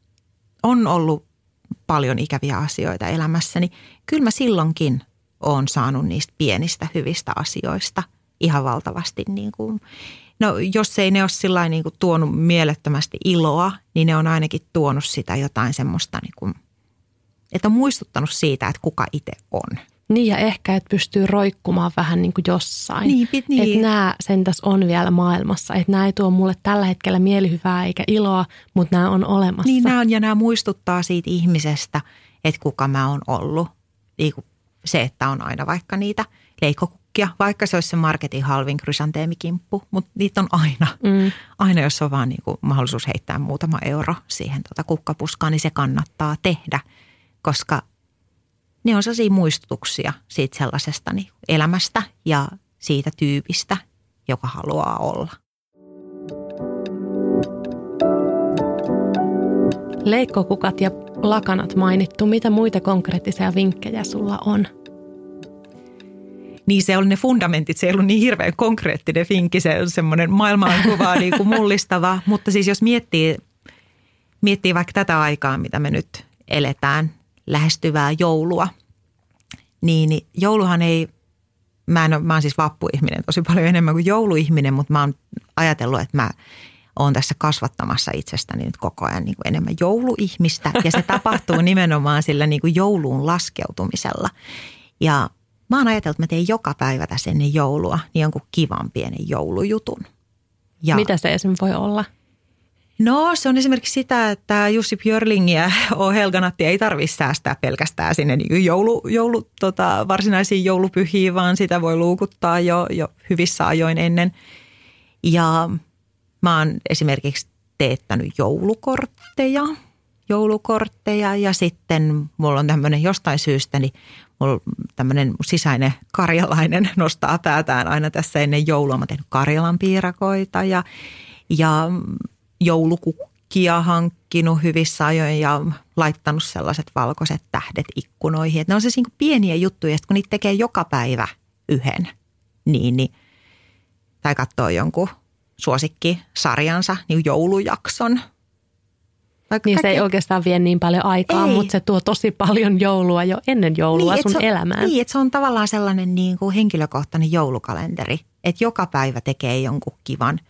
on ollut paljon ikäviä asioita elämässäni, kyllä mä silloinkin olen saanut niistä pienistä hyvistä asioista ihan valtavasti. Niin kuin, no jos ei ne ole sillain niin kuin tuonut mielettömästi iloa, niin ne on ainakin tuonut sitä jotain semmoista, niin kuin, että on muistuttanut siitä, että kuka itse on. Niin ja ehkä, että pystyy roikkumaan vähän niin kuin jossain. Niin. Että nämä sentäs on vielä maailmassa. Että nämä ei tuo mulle tällä hetkellä mielihyvää eikä iloa, mutta nämä on olemassa. Niin nämä muistuttaa siitä ihmisestä, että kuka mä oon ollut. Niin kuin se, että on aina vaikka niitä leikkokukkia, vaikka se olisi se marketin halvin krysanteemikimppu, mutta niitä on aina. Aina jos on vaan niin kuin mahdollisuus heittää muutama euro siihen kukkapuskaan, niin se kannattaa tehdä, koska ne on sellaisia muistutuksia siitä sellaisesta niin elämästä ja siitä tyypistä, joka haluaa olla. Leikkokukat ja lakanat mainittu. Mitä muita konkreettisia vinkkejä sulla on? Niin se oli ne fundamentit, se ei ollut niin hirveän konkreettinen vinkki, se on semmoinen maailmankuvaa niin kuin mullistava. Mutta siis jos miettii vaikka tätä aikaa, mitä me nyt eletään, lähestyvää joulua, niin jouluhan ei, mä oon siis vappuihminen tosi paljon enemmän kuin jouluihminen, mutta mä oon ajatellut, että mä oon tässä kasvattamassa itsestäni nyt koko ajan niin kuin enemmän jouluihmistä ja se tapahtuu nimenomaan sillä niin kuin jouluun laskeutumisella. Ja mä oon ajatellut, että mä teen joka päivä tässä ennen joulua niin jonkun kivan pienen joulujutun. Ja mitä se esimerkiksi voi olla? No se on esimerkiksi sitä, että Jussi Björling ja Helga Natti ei tarvitse säästää pelkästään sinne niin varsinaisiin joulupyhiin, vaan sitä voi luukuttaa jo hyvissä ajoin ennen. Ja mä oon esimerkiksi teettänyt joulukortteja ja sitten mulla on tämmöinen jostain syystä, niin mulla tämmöinen sisäinen karjalainen nostaa päätään aina tässä ennen joulua. Mä oon tehnyt Karjalan piirakoita ja joulukukkia sukkia hankkinut hyvissä ajoin ja laittanut sellaiset valkoiset tähdet ikkunoihin. Että ne on se niin pieniä juttuja, kun niitä tekee joka päivä yhden, niin tai katsoo jonkun suosikkisarjansa, niin joulujakson. Niin se ei oikeastaan vie niin paljon aikaa, mutta se tuo tosi paljon joulua jo ennen joulua niin, sun elämään. Niin, että se on tavallaan sellainen niin kuin henkilökohtainen joulukalenteri, että joka päivä tekee jonkun kivan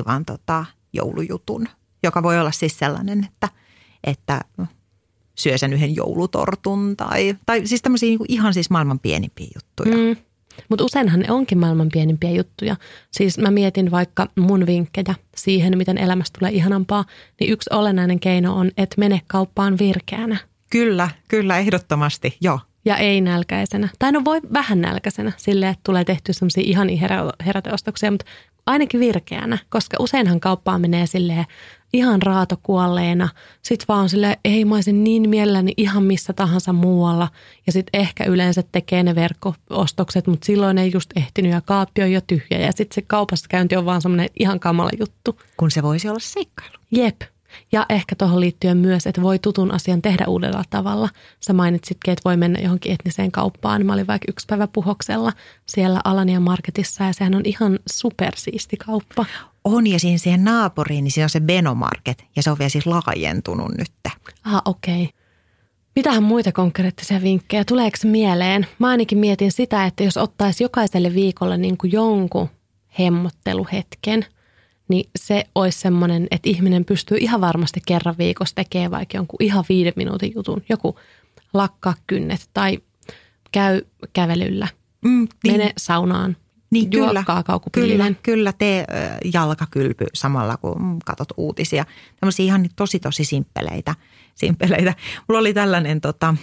joulujutun, joka voi olla siis sellainen, että syö sen yhden joulutortun tai siis tämmöisiä niin kuin ihan siis maailman pienimpiä juttuja. Mutta useinhan ne onkin maailman pienimpiä juttuja. Siis mä mietin vaikka mun vinkkejä siihen, miten elämästä tulee ihanampaa, niin yksi olennainen keino on, että mene kauppaan virkeänä. Kyllä, ehdottomasti, joo. Ja ei nälkäisenä. Tai no voi vähän nälkäisenä silleen, että tulee tehty semmoisia ihania heräteostoksia, mutta ainakin virkeänä, koska useinhan kauppaan menee silleen ihan raatokuolleena. Sitten vaan silleen, ei mä olisin niin mielelläni ihan missä tahansa muualla. Ja sitten ehkä yleensä tekee ne verkko-ostokset, mutta silloin ei just ehtinyt ja kaappi on jo tyhjä. Ja sitten se kaupassa käynti on vaan semmoinen ihan kamala juttu. Kun se voisi olla seikkailu. Jep. Ja ehkä tuohon liittyen myös, että voi tutun asian tehdä uudella tavalla. Sä mainitsitkin, että voi mennä johonkin etniseen kauppaan. Mä olin vaikka yksi päivä Puhoksella siellä Alania Marketissa ja sehän on ihan supersiisti kauppa. On ja siihen naapuriin, niin siinä on se Beno Market ja se on vielä siis laajentunut nyt. Okei. Mitähän muita konkreettisia vinkkejä? Tuleeko mieleen? Mä ainakin mietin sitä, että jos ottaisi jokaiselle viikolle niin kuin jonkun hemmotteluhetken, niin se olisi semmoinen, että ihminen pystyy ihan varmasti kerran viikossa tekemään vaikka jonkun ihan 5 minuutin jutun. Joku lakkaa kynnet tai käy kävelyllä, mene saunaan, juo kaakaokupillinen. Kyllä, tee jalkakylpy samalla kun katsot uutisia. Tämmöisiä ihan tosi simppeleitä. Mulla oli tällainen,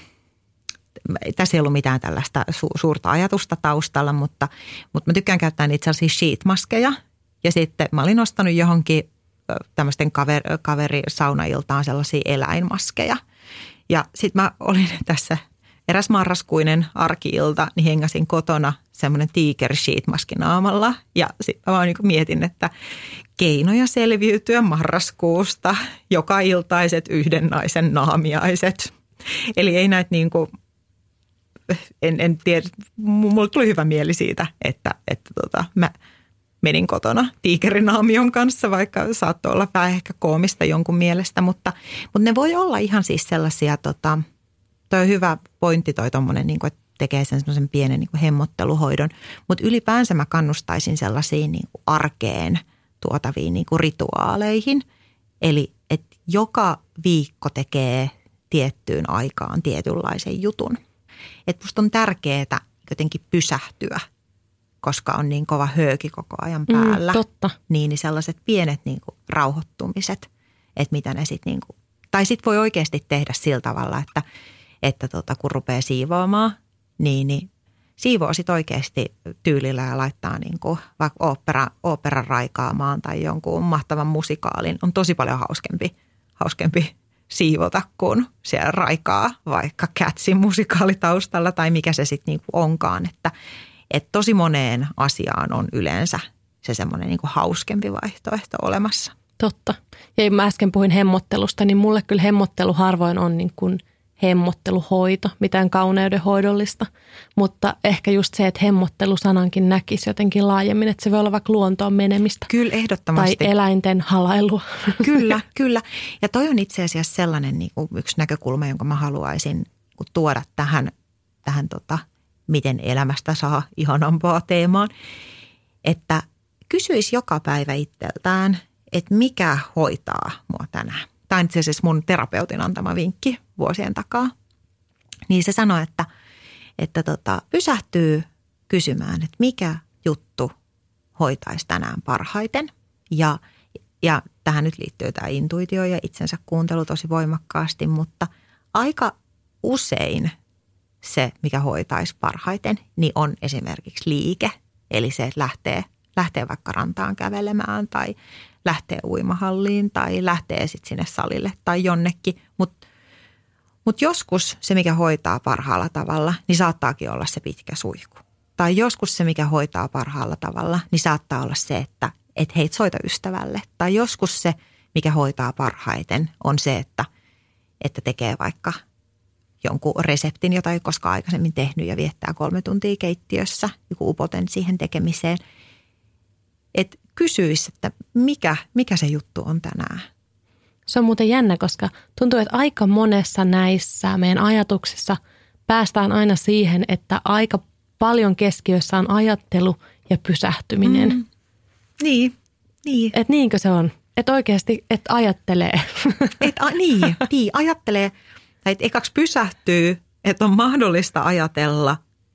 tässä ei ollut mitään tällaista suurta ajatusta taustalla, mutta mä tykkään käyttää niitä sellaisia sheet-maskeja. Ja sitten mä olin ostanut johonkin tämmöisten kaverisaunailtaan sellaisia eläinmaskeja. Ja sitten mä olin tässä eräs marraskuinen arki-ilta, niin hengäsin kotona semmoinen tiger sheet-maski naamalla. Ja sitten mä vaan niin mietin, että keinoja selviytyä marraskuusta, joka iltaiset yhden naisen naamiaiset. Eli ei näitä niin kuin, en tiedä, mulle tuli hyvä mieli siitä, että mä menin kotona tiikerinaamion kanssa, vaikka saattoi olla vähän ehkä koomista jonkun mielestä, mutta ne voi olla ihan siis sellaisia, toi on hyvä pointti toi tommonen, niin kuin, että tekee sen semmoisen pienen niin kuin hemmotteluhoidon, mutta ylipäänsä mä kannustaisin sellaisiin niin kuin arkeen tuotaviin niin kuin rituaaleihin, eli että joka viikko tekee tiettyyn aikaan tietynlaisen jutun. Että musta on tärkeää jotenkin pysähtyä, koska on niin kova hööki koko ajan päällä. Totta. Niin sellaiset pienet niin kuin rauhoittumiset, että mitä ne sitten niin kuin, tai sitten voi oikeasti tehdä sillä tavalla, että kun rupeaa siivoamaan, niin siivoo sitten oikeasti tyylillä ja laittaa niin kuin vaikka oopperan raikaamaan tai jonkun mahtavan musikaalin. On tosi paljon hauskempi siivota, kun siellä raikaa vaikka Catsin musikaalitaustalla tai mikä se sitten niin kuin onkaan, että tosi moneen asiaan on yleensä se semmoinen niin kuin hauskempi vaihtoehto olemassa. Totta. Ja mä äsken puhuin hemmottelusta, niin mulle kyllä hemmottelu harvoin on niin kuin hemmotteluhoito, mitään kauneudenhoidollista. Mutta ehkä just se, että hemmottelusanankin näkisi jotenkin laajemmin, että se voi olla vaikka luontoon menemistä. Kyllä, ehdottomasti. Tai eläinten halailua. Kyllä. Ja toi on itse asiassa sellainen niin kuin yksi näkökulma, jonka mä haluaisin tuoda tähän miten elämästä saa ihanampaa teemaan, että kysyisi joka päivä itseltään, että mikä hoitaa mua tänään. Tämä on itse asiassa mun terapeutin antama vinkki vuosien takaa. Niin se sanoi, että pysähtyy kysymään, että mikä juttu hoitaisi tänään parhaiten. Ja tähän nyt liittyy tämä intuitio ja itsensä kuuntelu tosi voimakkaasti, mutta aika usein se, mikä hoitaisi parhaiten, niin on esimerkiksi liike. Eli se, että lähtee vaikka rantaan kävelemään tai lähtee uimahalliin tai lähtee sitten sinne salille tai jonnekin. Mut joskus se, mikä hoitaa parhaalla tavalla, niin saattaakin olla se pitkä suihku. Tai joskus se, mikä hoitaa parhaalla tavalla, niin saattaa olla se, että hei, soita ystävälle. Tai joskus se, mikä hoitaa parhaiten, on se, että tekee vaikka jonkun reseptin, jota ei koskaan aikaisemmin tehnyt ja viettää 3 tuntia keittiössä, joku upoten siihen tekemiseen. Että kysyisi, että mikä se juttu on tänään. Se on muuten jännä, koska tuntuu, että aika monessa näissä meidän ajatuksissa päästään aina siihen, että aika paljon keskiössä on ajattelu ja pysähtyminen. Niin. Että niinkö se on? Että oikeasti, että ajattelee. Niin, ajattelee. Tai että ekaksi pysähtyy, että on mahdollista ajatella.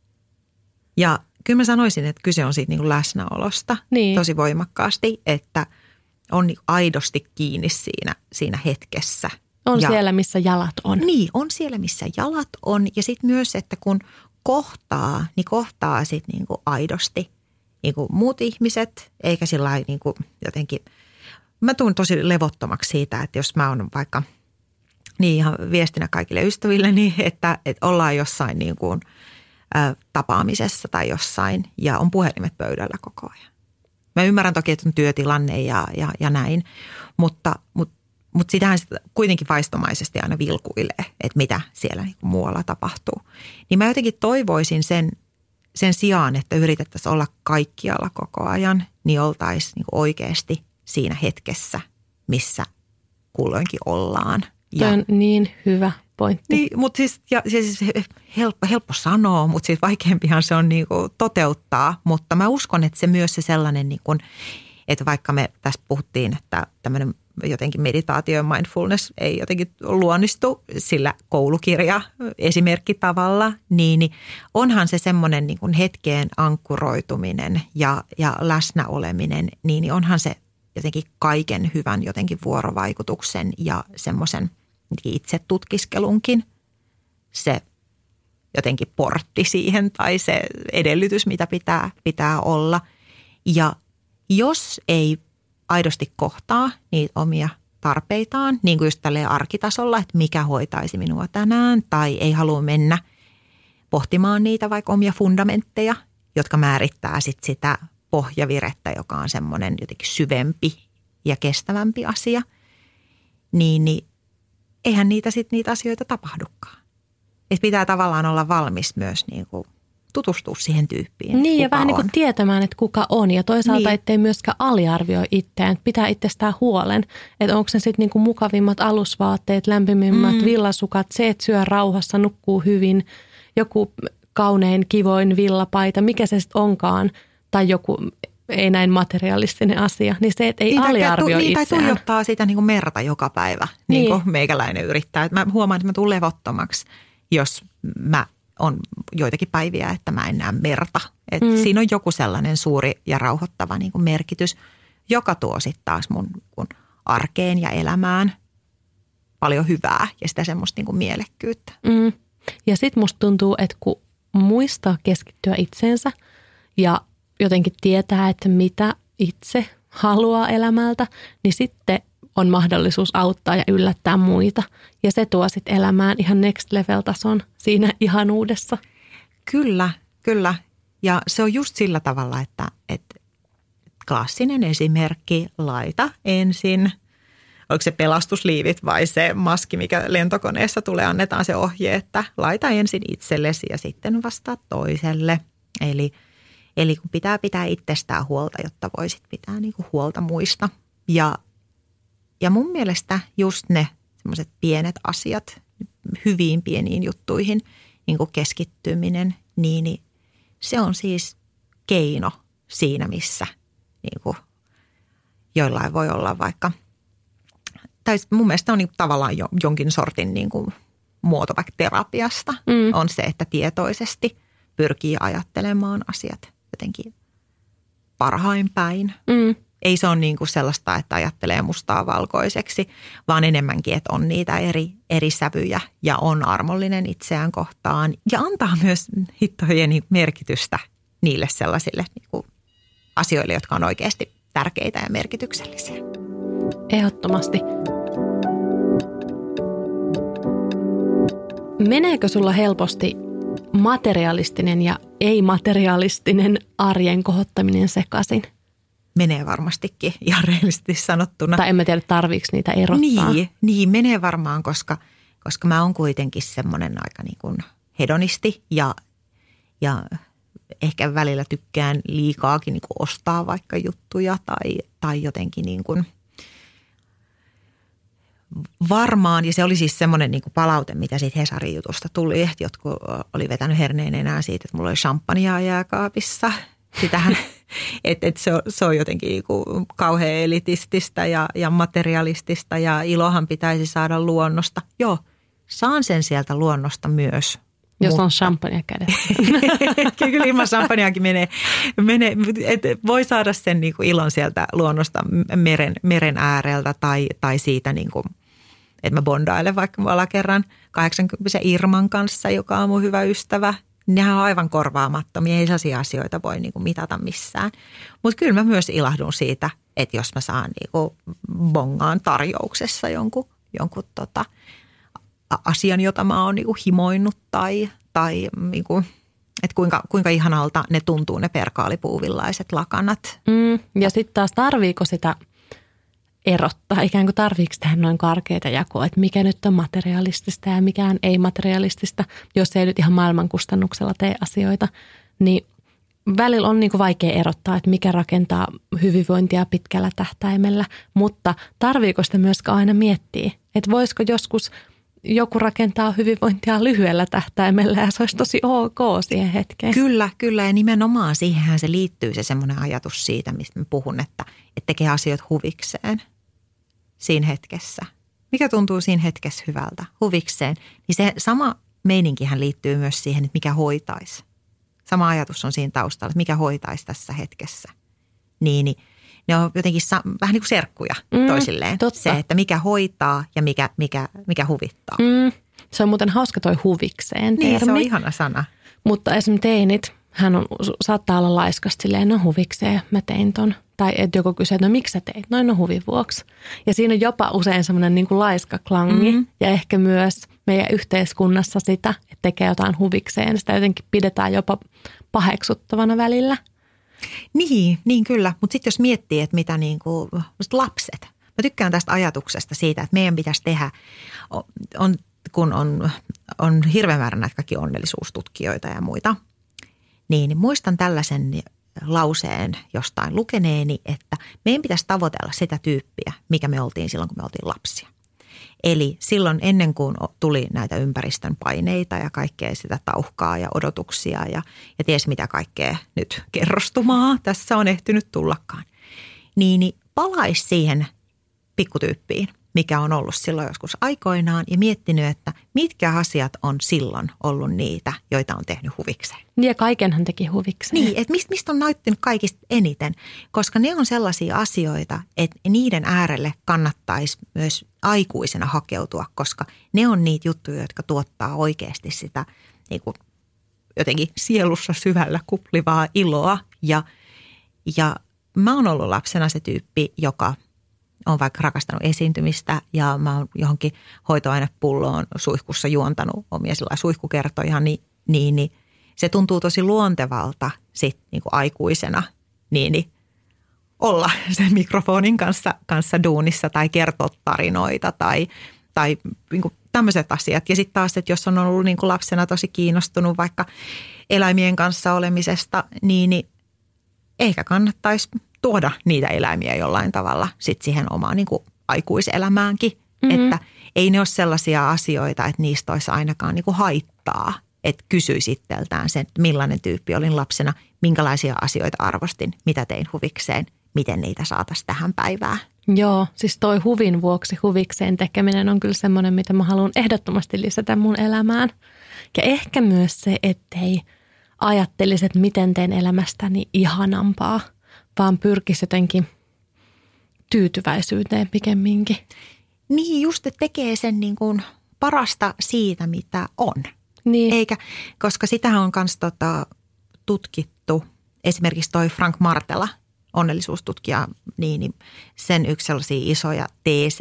Ja kyllä mä sanoisin, että kyse on siitä niin kuin läsnäolosta tosi voimakkaasti, että on aidosti kiinni siinä hetkessä. On siellä, missä jalat on. Niin, on siellä, missä jalat on. Ja sitten myös, että kun kohtaa, niin kohtaa sitten niin kuin aidosti niin kuin muut ihmiset, eikä sillä lailla niin kuin jotenkin. Mä tuun tosi levottomaksi siitä, että jos mä oon vaikka niin ihan viestinä kaikille ystävilleni, että ollaan jossain niin kuin tapaamisessa tai jossain ja on puhelimet pöydällä koko ajan. Mä ymmärrän toki, että on työtilanne ja näin, mutta sitähän kuitenkin vaistomaisesti aina vilkuilee, että mitä siellä niin kuin muualla tapahtuu. Niin mä jotenkin toivoisin sen sijaan, että yritettäisiin olla kaikkialla koko ajan, niin oltaisiin niin kuin oikeasti siinä hetkessä, missä kulloinkin ollaan. Tämä on niin hyvä pointti. Niin, mutta siis helppo sanoa, mutta siis vaikeampihan se on niin kuin toteuttaa. Mutta mä uskon, että se myös se sellainen, niin kuin, että vaikka me tässä puhuttiin, että tämmöinen jotenkin meditaatio ja mindfulness ei jotenkin luonnistu sillä koulukirja esimerkkitavalla, niin onhan se semmoinen niin kuin hetkeen ankkuroituminen ja läsnäoleminen, niin onhan se jotenkin kaiken hyvän jotenkin vuorovaikutuksen ja semmoisen itse tutkiskelunkin se jotenkin portti siihen tai se edellytys, mitä pitää olla. Ja jos ei aidosti kohtaa niitä omia tarpeitaan, niin kuin just tälleen arkitasolla, että mikä hoitaisi minua tänään tai ei halua mennä pohtimaan niitä vaikka omia fundamentteja, jotka määrittää sitten sitä pohjavirettä, joka on semmoinen jotenkin syvempi ja kestävämpi asia, niin eihän niitä asioita tapahdukaan. Et pitää tavallaan olla valmis myös niin kuin tutustua siihen tyyppiin. Niin ja vähän niin kuin tietämään, että kuka on ja toisaalta ettei myöskään aliarvioi itseään. Pitää itsestään huolen, että onko se sitten niin kuin mukavimmat alusvaatteet, lämpimimmät villasukat, se, että syö rauhassa, nukkuu hyvin, joku kaunein, kivoin villapaita, mikä se sitten onkaan tai joku ei näin materialistinen asia, niin se, että ei aliarvioi itseään. Tai tuijottaa sitä niin kuin merta joka päivä, niin kuin meikäläinen yrittää. Että mä huomaan, että mä tulen levottomaksi, jos mä on joitakin päiviä, että mä en näe merta. Että siinä on joku sellainen suuri ja rauhoittava niin kuin merkitys, joka tuo sitten taas mun arkeen ja elämään paljon hyvää ja sitä semmoista niin kuin mielekkyyttä. Ja sitten musta tuntuu, että kun muistaa keskittyä itseensä ja jotenkin tietää, että mitä itse haluaa elämältä, niin sitten on mahdollisuus auttaa ja yllättää muita. Ja se tuo sitten elämään ihan next level -tason siinä ihanuudessa. Kyllä. Ja se on just sillä tavalla, että klassinen esimerkki, laita ensin. Oliko se pelastusliivit vai se maski, mikä lentokoneessa tulee, annetaan se ohje, että laita ensin itsellesi ja sitten vasta toiselle. Eli kun pitää itsestään huolta, jotta voisit pitää niinku huolta muista. Ja mun mielestä just ne semmoiset pienet asiat, hyviin pieniin juttuihin, niin kuin keskittyminen, niin se on siis keino siinä, missä niin kuin joillain voi olla vaikka, tai mun mielestä on niin tavallaan jonkin sortin niin kuin muoto vaikka terapiasta, on se, että tietoisesti pyrkii ajattelemaan asiat jotenkin parhain päin. Ei se ole niin kuin sellaista, että ajattelee mustaa valkoiseksi, vaan enemmänkin, että on niitä eri sävyjä ja on armollinen itseään kohtaan. Ja antaa myös hittojen merkitystä niille sellaisille niin kuin asioille, jotka on oikeasti tärkeitä ja merkityksellisiä. Ehdottomasti. Meneekö sulla helposti materialistinen ja ei-materialistinen arjen kohottaminen sekaisin? menee varmastikin ihan rehellisesti sanottuna. Tai en mä tiedä, tarviiko niitä erottaa. Niin menee varmaan, koska mä oon kuitenkin semmoinen aika niin kuin hedonisti ja ehkä välillä tykkään liikaakin niin kuin ostaa vaikka juttuja tai jotenkin niin kuin varmaan, ja se oli siis semmoinen niin kuin palaute, mitä siitä Hesarin jutusta tuli, että jotkut oli vetänyt herneen enää siitä, että mulla oli champagnea jääkaapissa. Sitähän, että se on jotenkin niin kuin kauhean elitististä ja materialistista ja ilohan pitäisi saada luonnosta. Joo, saan sen sieltä luonnosta myös. Jos on champagnea kädessä. Kyllä ilman champagneakin menee. Et voi saada sen niin kuin ilon sieltä luonnosta meren ääreltä tai siitä, niin kuin, että mä bondailen vaikka mulla kerran 80 Irman kanssa, joka on mun hyvä ystävä. Nehän on aivan korvaamattomia, ei sellaisia asioita voi niin kuin mitata missään. Mutta kyllä mä myös ilahdun siitä, että jos mä saan niin kuin bongaan tarjouksessa jonkun asian, jota mä oon niin kuin himoinnut tai niin kuin, että kuinka ihanalta ne tuntuu ne perkaalipuuvillaiset lakanat. Ja sitten taas tarviiko sitä erottaa, ikään kuin tarviiko tehdä noin karkeita jakoa, että mikä nyt on materialistista ja mikään ei materialistista, jos ei nyt ihan maailman kustannuksella tee asioita, niin välillä on niin kuin vaikea erottaa, että mikä rakentaa hyvinvointia pitkällä tähtäimellä, mutta tarviiko sitä myöskään aina miettiä, että voisiko joskus joku rakentaa hyvinvointia lyhyellä tähtäimellä ja se olisi tosi ok siihen hetkeen. Kyllä ja nimenomaan siihenhän se liittyy se semmoinen ajatus siitä, mistä mä puhun, että tekee asioita huvikseen siinä hetkessä. Mikä tuntuu siinä hetkessä hyvältä, huvikseen, niin se sama meininkihän liittyy myös siihen, että mikä hoitaisi. Sama ajatus on siinä taustalla, että mikä hoitaisi tässä hetkessä. Niin ne on jotenkin vähän niin kuin serkkuja toisilleen. Totta. Se, että mikä hoitaa ja mikä huvittaa. Se on muuten hauska toi huvikseen termi. Niin, se on ihana sana. Mutta esimerkiksi teinit, saattaa olla laiskasta silleen, no huvikseen mä tein ton. Tai että joku kysyy, että no miksi sä teit? No huvin vuoksi. Ja siinä on jopa usein semmoinen niin kuin laiska klangi ja ehkä myös meidän yhteiskunnassa sitä, että tekee jotain huvikseen. Sitä jotenkin pidetään jopa paheksuttavana välillä. Niin kyllä. Mutta sitten jos miettii, että mitä niin kuin lapset. Mä tykkään tästä ajatuksesta siitä, että meidän pitäisi tehdä, kun on hirveän määrä näitä kaikki onnellisuustutkijoita ja muita, niin muistan tällaisen lauseen jostain lukeneeni, että meidän pitäisi tavoitella sitä tyyppiä, mikä me oltiin silloin, kun me oltiin lapsia. Eli silloin ennen kuin tuli näitä ympäristön paineita ja kaikkea sitä tauhkaa ja odotuksia ja ties mitä kaikkea nyt kerrostumaa tässä on ehtinyt tullakaan, niin palaisi siihen pikkutyyppiin, mikä on ollut silloin joskus aikoinaan ja miettinyt, että mitkä asiat on silloin ollut niitä, joita on tehnyt huvikseen. Niin ja kaikenhan teki huvikseen. Niin, että mistä on nauttinut kaikista eniten, koska ne on sellaisia asioita, että niiden äärelle kannattaisi myös aikuisena hakeutua, koska ne on niitä juttuja, jotka tuottaa oikeasti sitä niin kuin jotenkin sielussa syvällä kuplivaa iloa. Ja mä oon ollut lapsena se tyyppi, joka on vaikka rakastanut esiintymistä ja mä oon johonkin hoitoainepulloon suihkussa juontanut omia sellaisia suihkukertoja, niin se tuntuu tosi luontevalta sit niin kuin aikuisena niin olla sen mikrofonin kanssa duunissa tai kertoa tarinoita tai niin kuin tämmöiset asiat. Ja sitten taas, että jos on ollut niin kuin lapsena tosi kiinnostunut vaikka eläimien kanssa olemisesta, niin ehkä kannattaisi tuoda niitä eläimiä jollain tavalla sit siihen omaan niin kuin aikuiselämäänkin. Että ei ne ole sellaisia asioita, että niistä olisi ainakaan niin kuin haittaa. Että kysyisi itseltään sen, millainen tyyppi olin lapsena, minkälaisia asioita arvostin, mitä tein huvikseen, miten niitä saataisiin tähän päivään. Joo, siis toi huvin vuoksi huvikseen tekeminen on kyllä semmoinen, mitä mä haluan ehdottomasti lisätä mun elämään. Ja ehkä myös se, ettei ajattelisi, että miten teen elämästäni ihanampaa, vaan pyrkisi jotenkin tyytyväisyyteen pikemminkin. Niin, just että tekee sen niin kuin parasta siitä, mitä on. Niin. Koska sitähän on myös tutkittu, esimerkiksi toi Frank Martela, onnellisuustutkija, niin sen yksi sellaisia isoja teesejä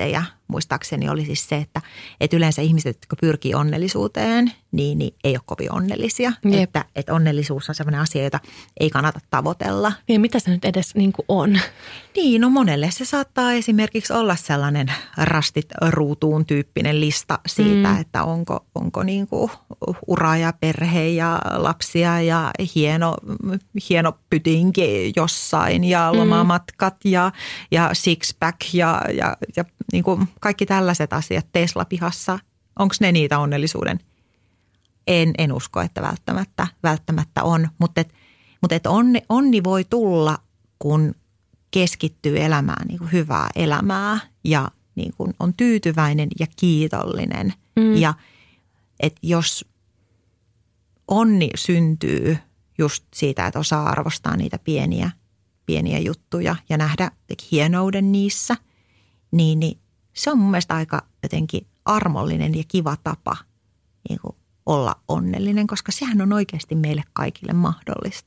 muistaakseni oli siis se, että yleensä ihmiset, jotka pyrkii onnellisuuteen, niin ei ole kovin onnellisia. Että onnellisuus on sellainen asia, jota ei kannata tavoitella. Ja mitä se nyt edes niin kuin on? Niin, no monelle se saattaa esimerkiksi olla sellainen rastit ruutuun tyyppinen lista siitä, että onko niin kuin ura ja perhe ja lapsia ja hieno pytinki jossain ja lomamatkat ja six-pack ja niin kuin kaikki tällaiset asiat Tesla-pihassa. Onko ne niitä onnellisuuden? En usko, että välttämättä on, mutta onni voi tulla, kun keskittyy elämään niin kuin hyvää elämää ja niin kuin on tyytyväinen ja kiitollinen. Ja että jos onni syntyy just siitä, että osaa arvostaa niitä pieniä juttuja ja nähdä hienouden niissä, niin se on mun mielestä aika jotenkin armollinen ja kiva tapa niin kuin olla onnellinen, koska sehän on oikeasti meille kaikille mahdollista.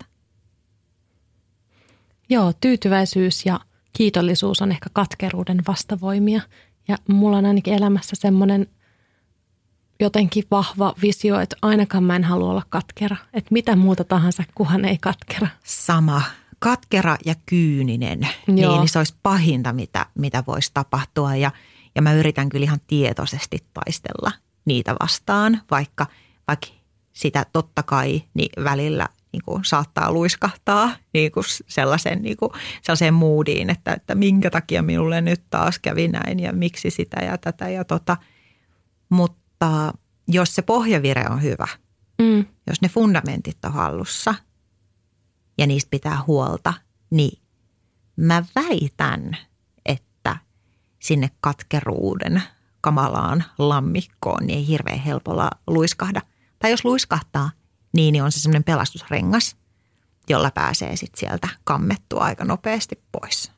Joo, tyytyväisyys ja kiitollisuus on ehkä katkeruuden vastavoimia. Ja mulla on ainakin elämässä semmoinen jotenkin vahva visio, että ainakaan mä en halua olla katkera. Että mitä muuta tahansa, kunhan ei katkera. Sama. Katkera ja kyyninen, niin se olisi pahinta, mitä voisi tapahtua. Ja mä yritän kyllä ihan tietoisesti taistella niitä vastaan, vaikka sitä totta kai niin välillä niin kuin saattaa luiskahtaa niin kuin sellaiseen moodiin, että minkä takia minulle nyt taas kävi näin ja miksi sitä ja tätä ja tota. Mutta jos se pohjavire on hyvä, jos ne fundamentit on hallussa ja niistä pitää huolta, niin mä väitän, että sinne katkeruuden kamalaan lammikkoon niin ei hirveän helpolla luiskahda. Tai jos luiskahtaa, niin on se semmoinen pelastusrengas, jolla pääsee sitten sieltä kammettua aika nopeasti pois.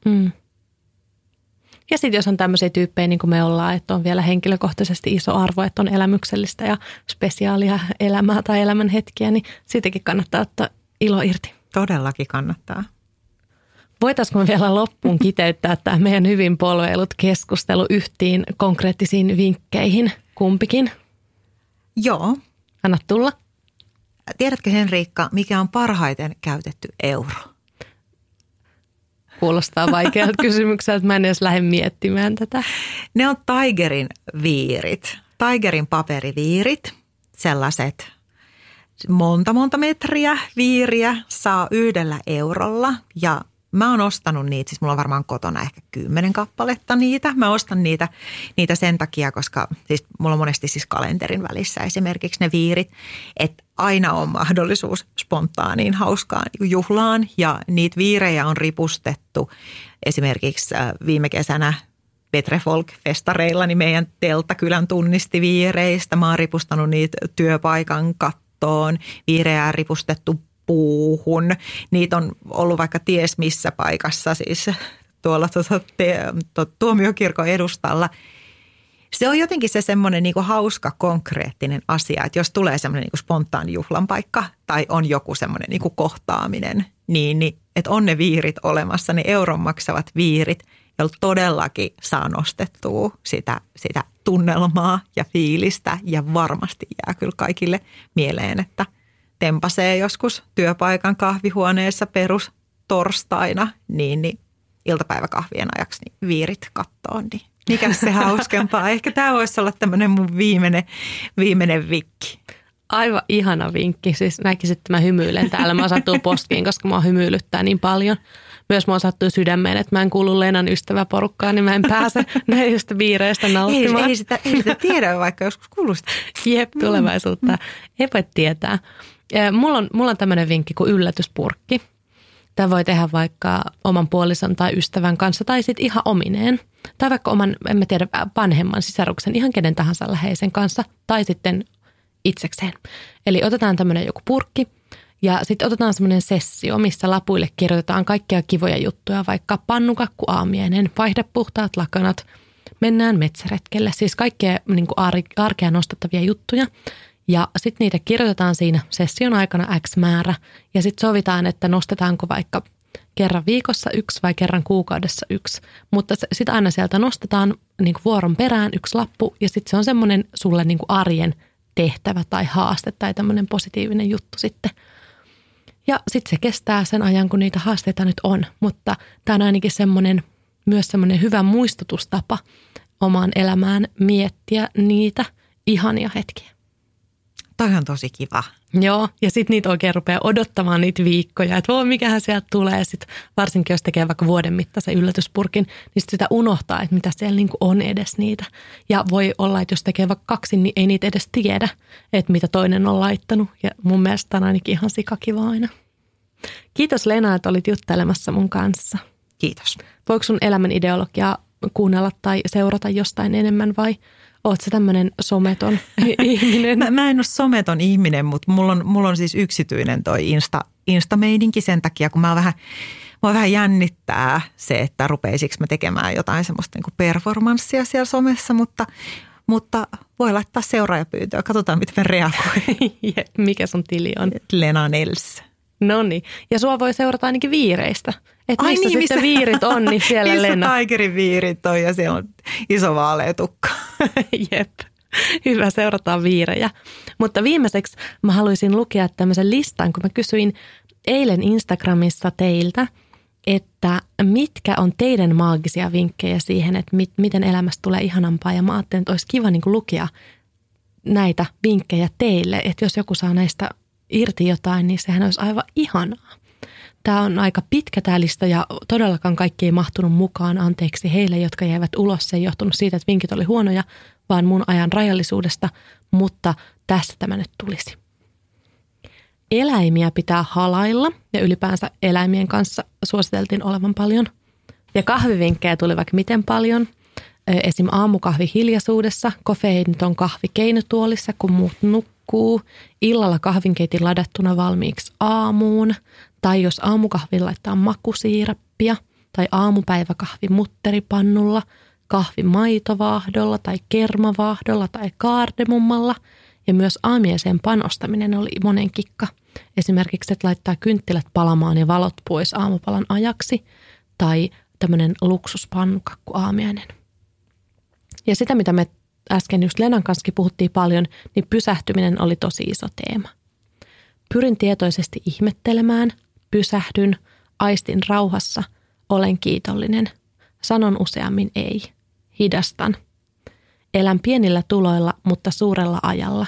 Ja sitten jos on tämmöisiä tyyppejä niin kuin me ollaan, että on vielä henkilökohtaisesti iso arvo, että on elämyksellistä ja spesiaalia elämää tai elämän hetkiä, niin siitäkin kannattaa ottaa ilo irti. Todellakin kannattaa. Voitaisiinko me vielä loppuun kiteyttää tämä meidän hyvin polveilut keskustelu yhtiin konkreettisiin vinkkeihin kumpikin? Joo. Anna tulla. Tiedätkö Henriikka, mikä on parhaiten käytetty euro? Kuulostaa vaikealta kysymykseltä, että mä en edes lähde miettimään tätä. Ne on Tigerin viirit, Tigerin paperiviirit, sellaiset monta metriä viiriä saa 1 eurolla ja mä oon ostanut niitä, siis mulla on varmaan kotona ehkä 10 kappaletta niitä. Mä ostan niitä sen takia, koska siis mulla on monesti siis kalenterin välissä esimerkiksi ne viirit, että aina on mahdollisuus spontaaniin hauskaan juhlaan ja niitä viirejä on ripustettu esimerkiksi viime kesänä Petre Folk-festareilla, niin meidän telttakylän tunnistiviireistä. Mä oon ripustanut niitä työpaikan kattoon, viirejä ripustettu puuhun. Niitä on ollut vaikka ties missä paikassa, siis tuolla tuomiokirkon edustalla. Se on jotenkin se semmoinen niin kuin hauska, konkreettinen asia, että jos tulee semmoinen niin kuin spontaani juhlanpaikka tai on joku semmoinen niin kuin kohtaaminen, niin että on ne viirit olemassa, ne euron maksavat viirit, joilla todellakin saa nostettua sitä tunnelmaa ja fiilistä ja varmasti jää kyllä kaikille mieleen, että tempasee joskus työpaikan kahvihuoneessa perustorstaina, niin iltapäiväkahvien ajaksi niin viirit kattoon. Niin mikä se hauskempaa? Ehkä tämä voisi olla tämmöinen mun viimeinen vinkki. Aivan ihana vinkki. Siis näkisin, että mä hymyilen täällä. Mä sattuu poskiin, koska mua hymyilyttää niin paljon. Myös mua sattuu sydämeen, että mä en kuulu Lenan ystäväporukkaan, niin mä en pääse näistä viireistä nauttimaan. Ei sitä tiedä, vaikka joskus kuuluu sitä. Jep, tulevaisuutta. Ei voi tietää. Mulla on tämmöinen vinkki kuin yllätyspurkki. Tämä voi tehdä vaikka oman puolison tai ystävän kanssa tai sitten ihan omineen. Tai vaikka oman, en mä tiedä, vanhemman sisaruksen, ihan kenen tahansa läheisen kanssa tai sitten itsekseen. Eli otetaan tämmöinen joku purkki ja sitten otetaan semmoinen sessio, missä lapuille kirjoitetaan kaikkia kivoja juttuja, vaikka pannukakku aamiainen, vaihdepuhtaat lakanat, mennään metsäretkelle. Siis kaikkea niin kuin arkea nostattavia juttuja. Ja sitten niitä kirjoitetaan siinä session aikana X määrä ja sitten sovitaan, että nostetaanko vaikka kerran viikossa 1 vai kerran kuukaudessa 1. Mutta sitten aina sieltä nostetaan niin kuin vuoron perään 1 lappu ja sitten se on semmoinen sulle niin kuin arjen tehtävä tai haaste tai tämmöinen positiivinen juttu sitten. Ja sitten se kestää sen ajan, kun niitä haasteita nyt on, mutta tämä on ainakin myös semmoinen hyvä muistutustapa omaan elämään miettiä niitä ihania hetkiä. Toi on tosi kiva. Joo, ja sitten niitä oikein rupeaa odottamaan niitä viikkoja, että mikähän sieltä tulee. Sitten varsinkin jos tekee vaikka vuoden mittaisen yllätyspurkin, niin sitä unohtaa, että mitä siellä niinku on edes niitä. Ja voi olla, että jos tekee vaikka 2, niin ei niitä edes tiedä, että mitä toinen on laittanut. Ja mun mielestä on ainakin ihan sikakiva aina. Kiitos Leena, että olit juttelemassa mun kanssa. Kiitos. Voiko sun elämän ideologiaa kuunnella tai seurata jostain enemmän vai oot sä tämmöinen someton ihminen? Mä en ole someton ihminen, mutta mulla on siis yksityinen toi Insta-meidinki sen takia, kun mua vähän jännittää se, että rupeisiko mä tekemään jotain semmoista niinku performanssia siellä somessa, mutta voi laittaa seuraajapyyntöä. Katsotaan, miten mä reagoin. Mikä sun tili on? Lena Nels. Noniin. Ja sua voi seurata ainakin viireistä. Että missä sitten viirit on, niin siellä missä Lena. Tigerin viirit on ja siellä on iso vaalea tukka. Jep. Hyvä, seurataan viirejä. Mutta viimeiseksi mä haluaisin lukea tämmöisen listan, kun mä kysyin eilen Instagramissa teiltä, että mitkä on teidän maagisia vinkkejä siihen, että miten elämästä tulee ihanampaa. Ja mä ajattelin, että olisi kiva niin kuin lukea näitä vinkkejä teille, että jos joku saa näistä irti jotain, niin sehän olisi aivan ihanaa. Tämä on aika pitkä tämä lista ja todellakaan kaikki ei mahtunut mukaan, anteeksi heille, jotka jäivät ulos. Se ei johtunut siitä, että vinkit oli huonoja, vaan mun ajan rajallisuudesta, mutta tästä tämä nyt tulisi. Eläimiä pitää halailla ja ylipäänsä eläimien kanssa suositeltiin olevan paljon. Ja kahvivinkkejä tuli vaikka miten paljon. Esim. Aamukahvi hiljaisuudessa, kofeiiniton kahvi keinutuolissa, kun muut nukkuu. Illalla kahvinkeitin ladattuna valmiiksi aamuun. Tai jos aamukahvin laittaa makusiirappia. Tai aamupäiväkahvi mutteripannulla, kahvi maitovahdolla tai kermavahdolla tai kaardemummalla. Ja myös aamiaiseen panostaminen oli monen kikka. Esimerkiksi, että laittaa kynttilät palamaan ja valot pois aamupalan ajaksi. Tai tämmöinen luksuspannukakku aamiainen. Ja sitä, mitä me äsken just Lenan kanssa puhuttiin paljon, niin pysähtyminen oli tosi iso teema. Pyrin tietoisesti ihmettelemään, pysähdyn, aistin rauhassa, olen kiitollinen. Sanon useammin ei. Hidastan. Elän pienillä tuloilla, mutta suurella ajalla.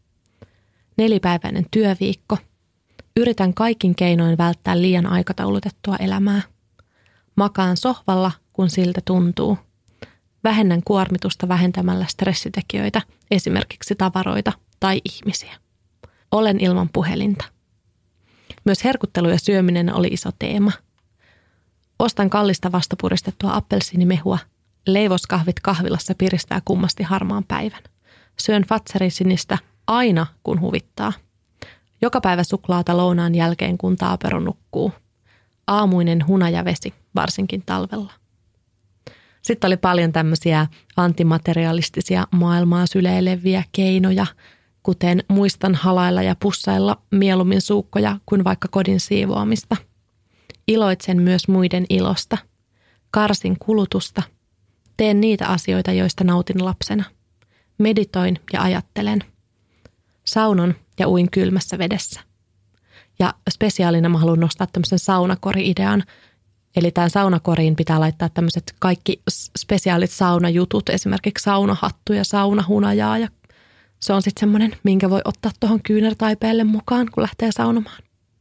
4-päiväinen työviikko. Yritän kaikin keinoin välttää liian aikataulutettua elämää. Makaan sohvalla, kun siltä tuntuu. Vähennän kuormitusta vähentämällä stressitekijöitä, esimerkiksi tavaroita tai ihmisiä. Olen ilman puhelinta. Myös herkuttelu ja syöminen oli iso teema. Ostan kallista vastapuristettua appelsiinimehua. Leivoskahvit kahvilassa piristää kummasti harmaan päivän. Syön Fazerin-sinistä aina, kun huvittaa. Joka päivä suklaata lounaan jälkeen, kun taapero nukkuu. Aamuinen hunajavesi, varsinkin talvella. Sitten oli paljon tämmöisiä antimaterialistisia maailmaa syleileviä keinoja, kuten muistan halailla ja pussailla mieluummin suukkoja kuin vaikka kodin siivoamista. Iloitsen myös muiden ilosta. Karsin kulutusta. Teen niitä asioita, joista nautin lapsena. Meditoin ja ajattelen. Saunon ja uin kylmässä vedessä. Ja spesiaalina mä haluan nostaa tämmöisen saunakori-idean. Eli tämän saunakoriin pitää laittaa tämmöiset kaikki spesiaalit saunajutut, esimerkiksi saunahattu ja saunahunajaa. Ja se on sitten semmoinen, minkä voi ottaa tuohon kyynärtaipeelle mukaan, kun lähtee saunomaan.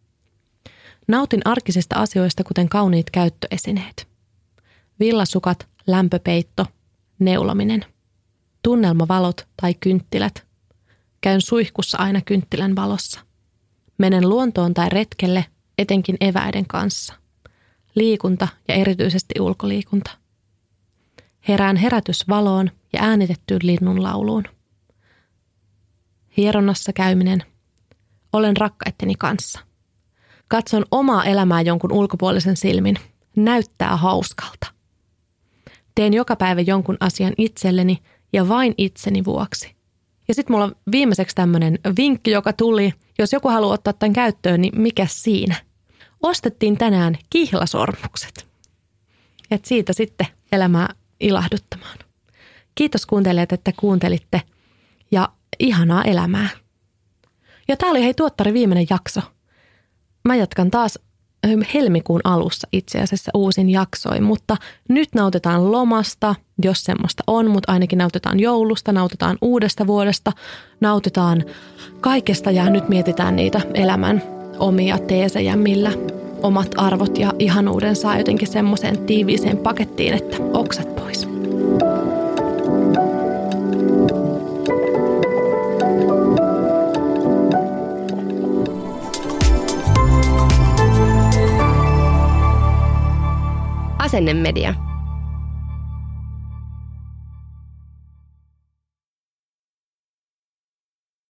Nautin arkisista asioista, kuten kauniit käyttöesineet. Villasukat, lämpöpeitto, neulominen. Tunnelmavalot tai kynttilät. Käyn suihkussa aina kynttilän valossa. Menen luontoon tai retkelle, etenkin eväiden kanssa. Liikunta ja erityisesti ulkoliikunta. Herään herätysvaloon ja äänitettyyn linnun lauluun. Hieronnassa käyminen. Olen rakkaitteni kanssa. Katson omaa elämää jonkun ulkopuolisen silmin. Näyttää hauskalta. Teen joka päivä jonkun asian itselleni ja vain itseni vuoksi. Ja sitten mulla on viimeiseksi tämmöinen vinkki, joka tuli. Jos joku haluaa ottaa tämän käyttöön, niin mikä siinä? ostettiin tänään kihlasormukset. Et siitä sitten elämää ilahduttamaan. Kiitos kuuntelijat, että kuuntelitte ja ihanaa elämää. Ja tää oli hei tuottari viimeinen jakso. Mä jatkan taas helmikuun alussa itse asiassa uusin jaksoin, mutta nyt nautitaan lomasta, jos semmoista on, mutta ainakin nautitaan joulusta, nautitaan uudesta vuodesta, nautitaan kaikesta ja nyt mietitään niitä elämän omia teesejä, millä omat arvot ja ihanuuden saa jotenkin semmoiseen tiiviiseen pakettiin, että oksat pois. Asenne Media.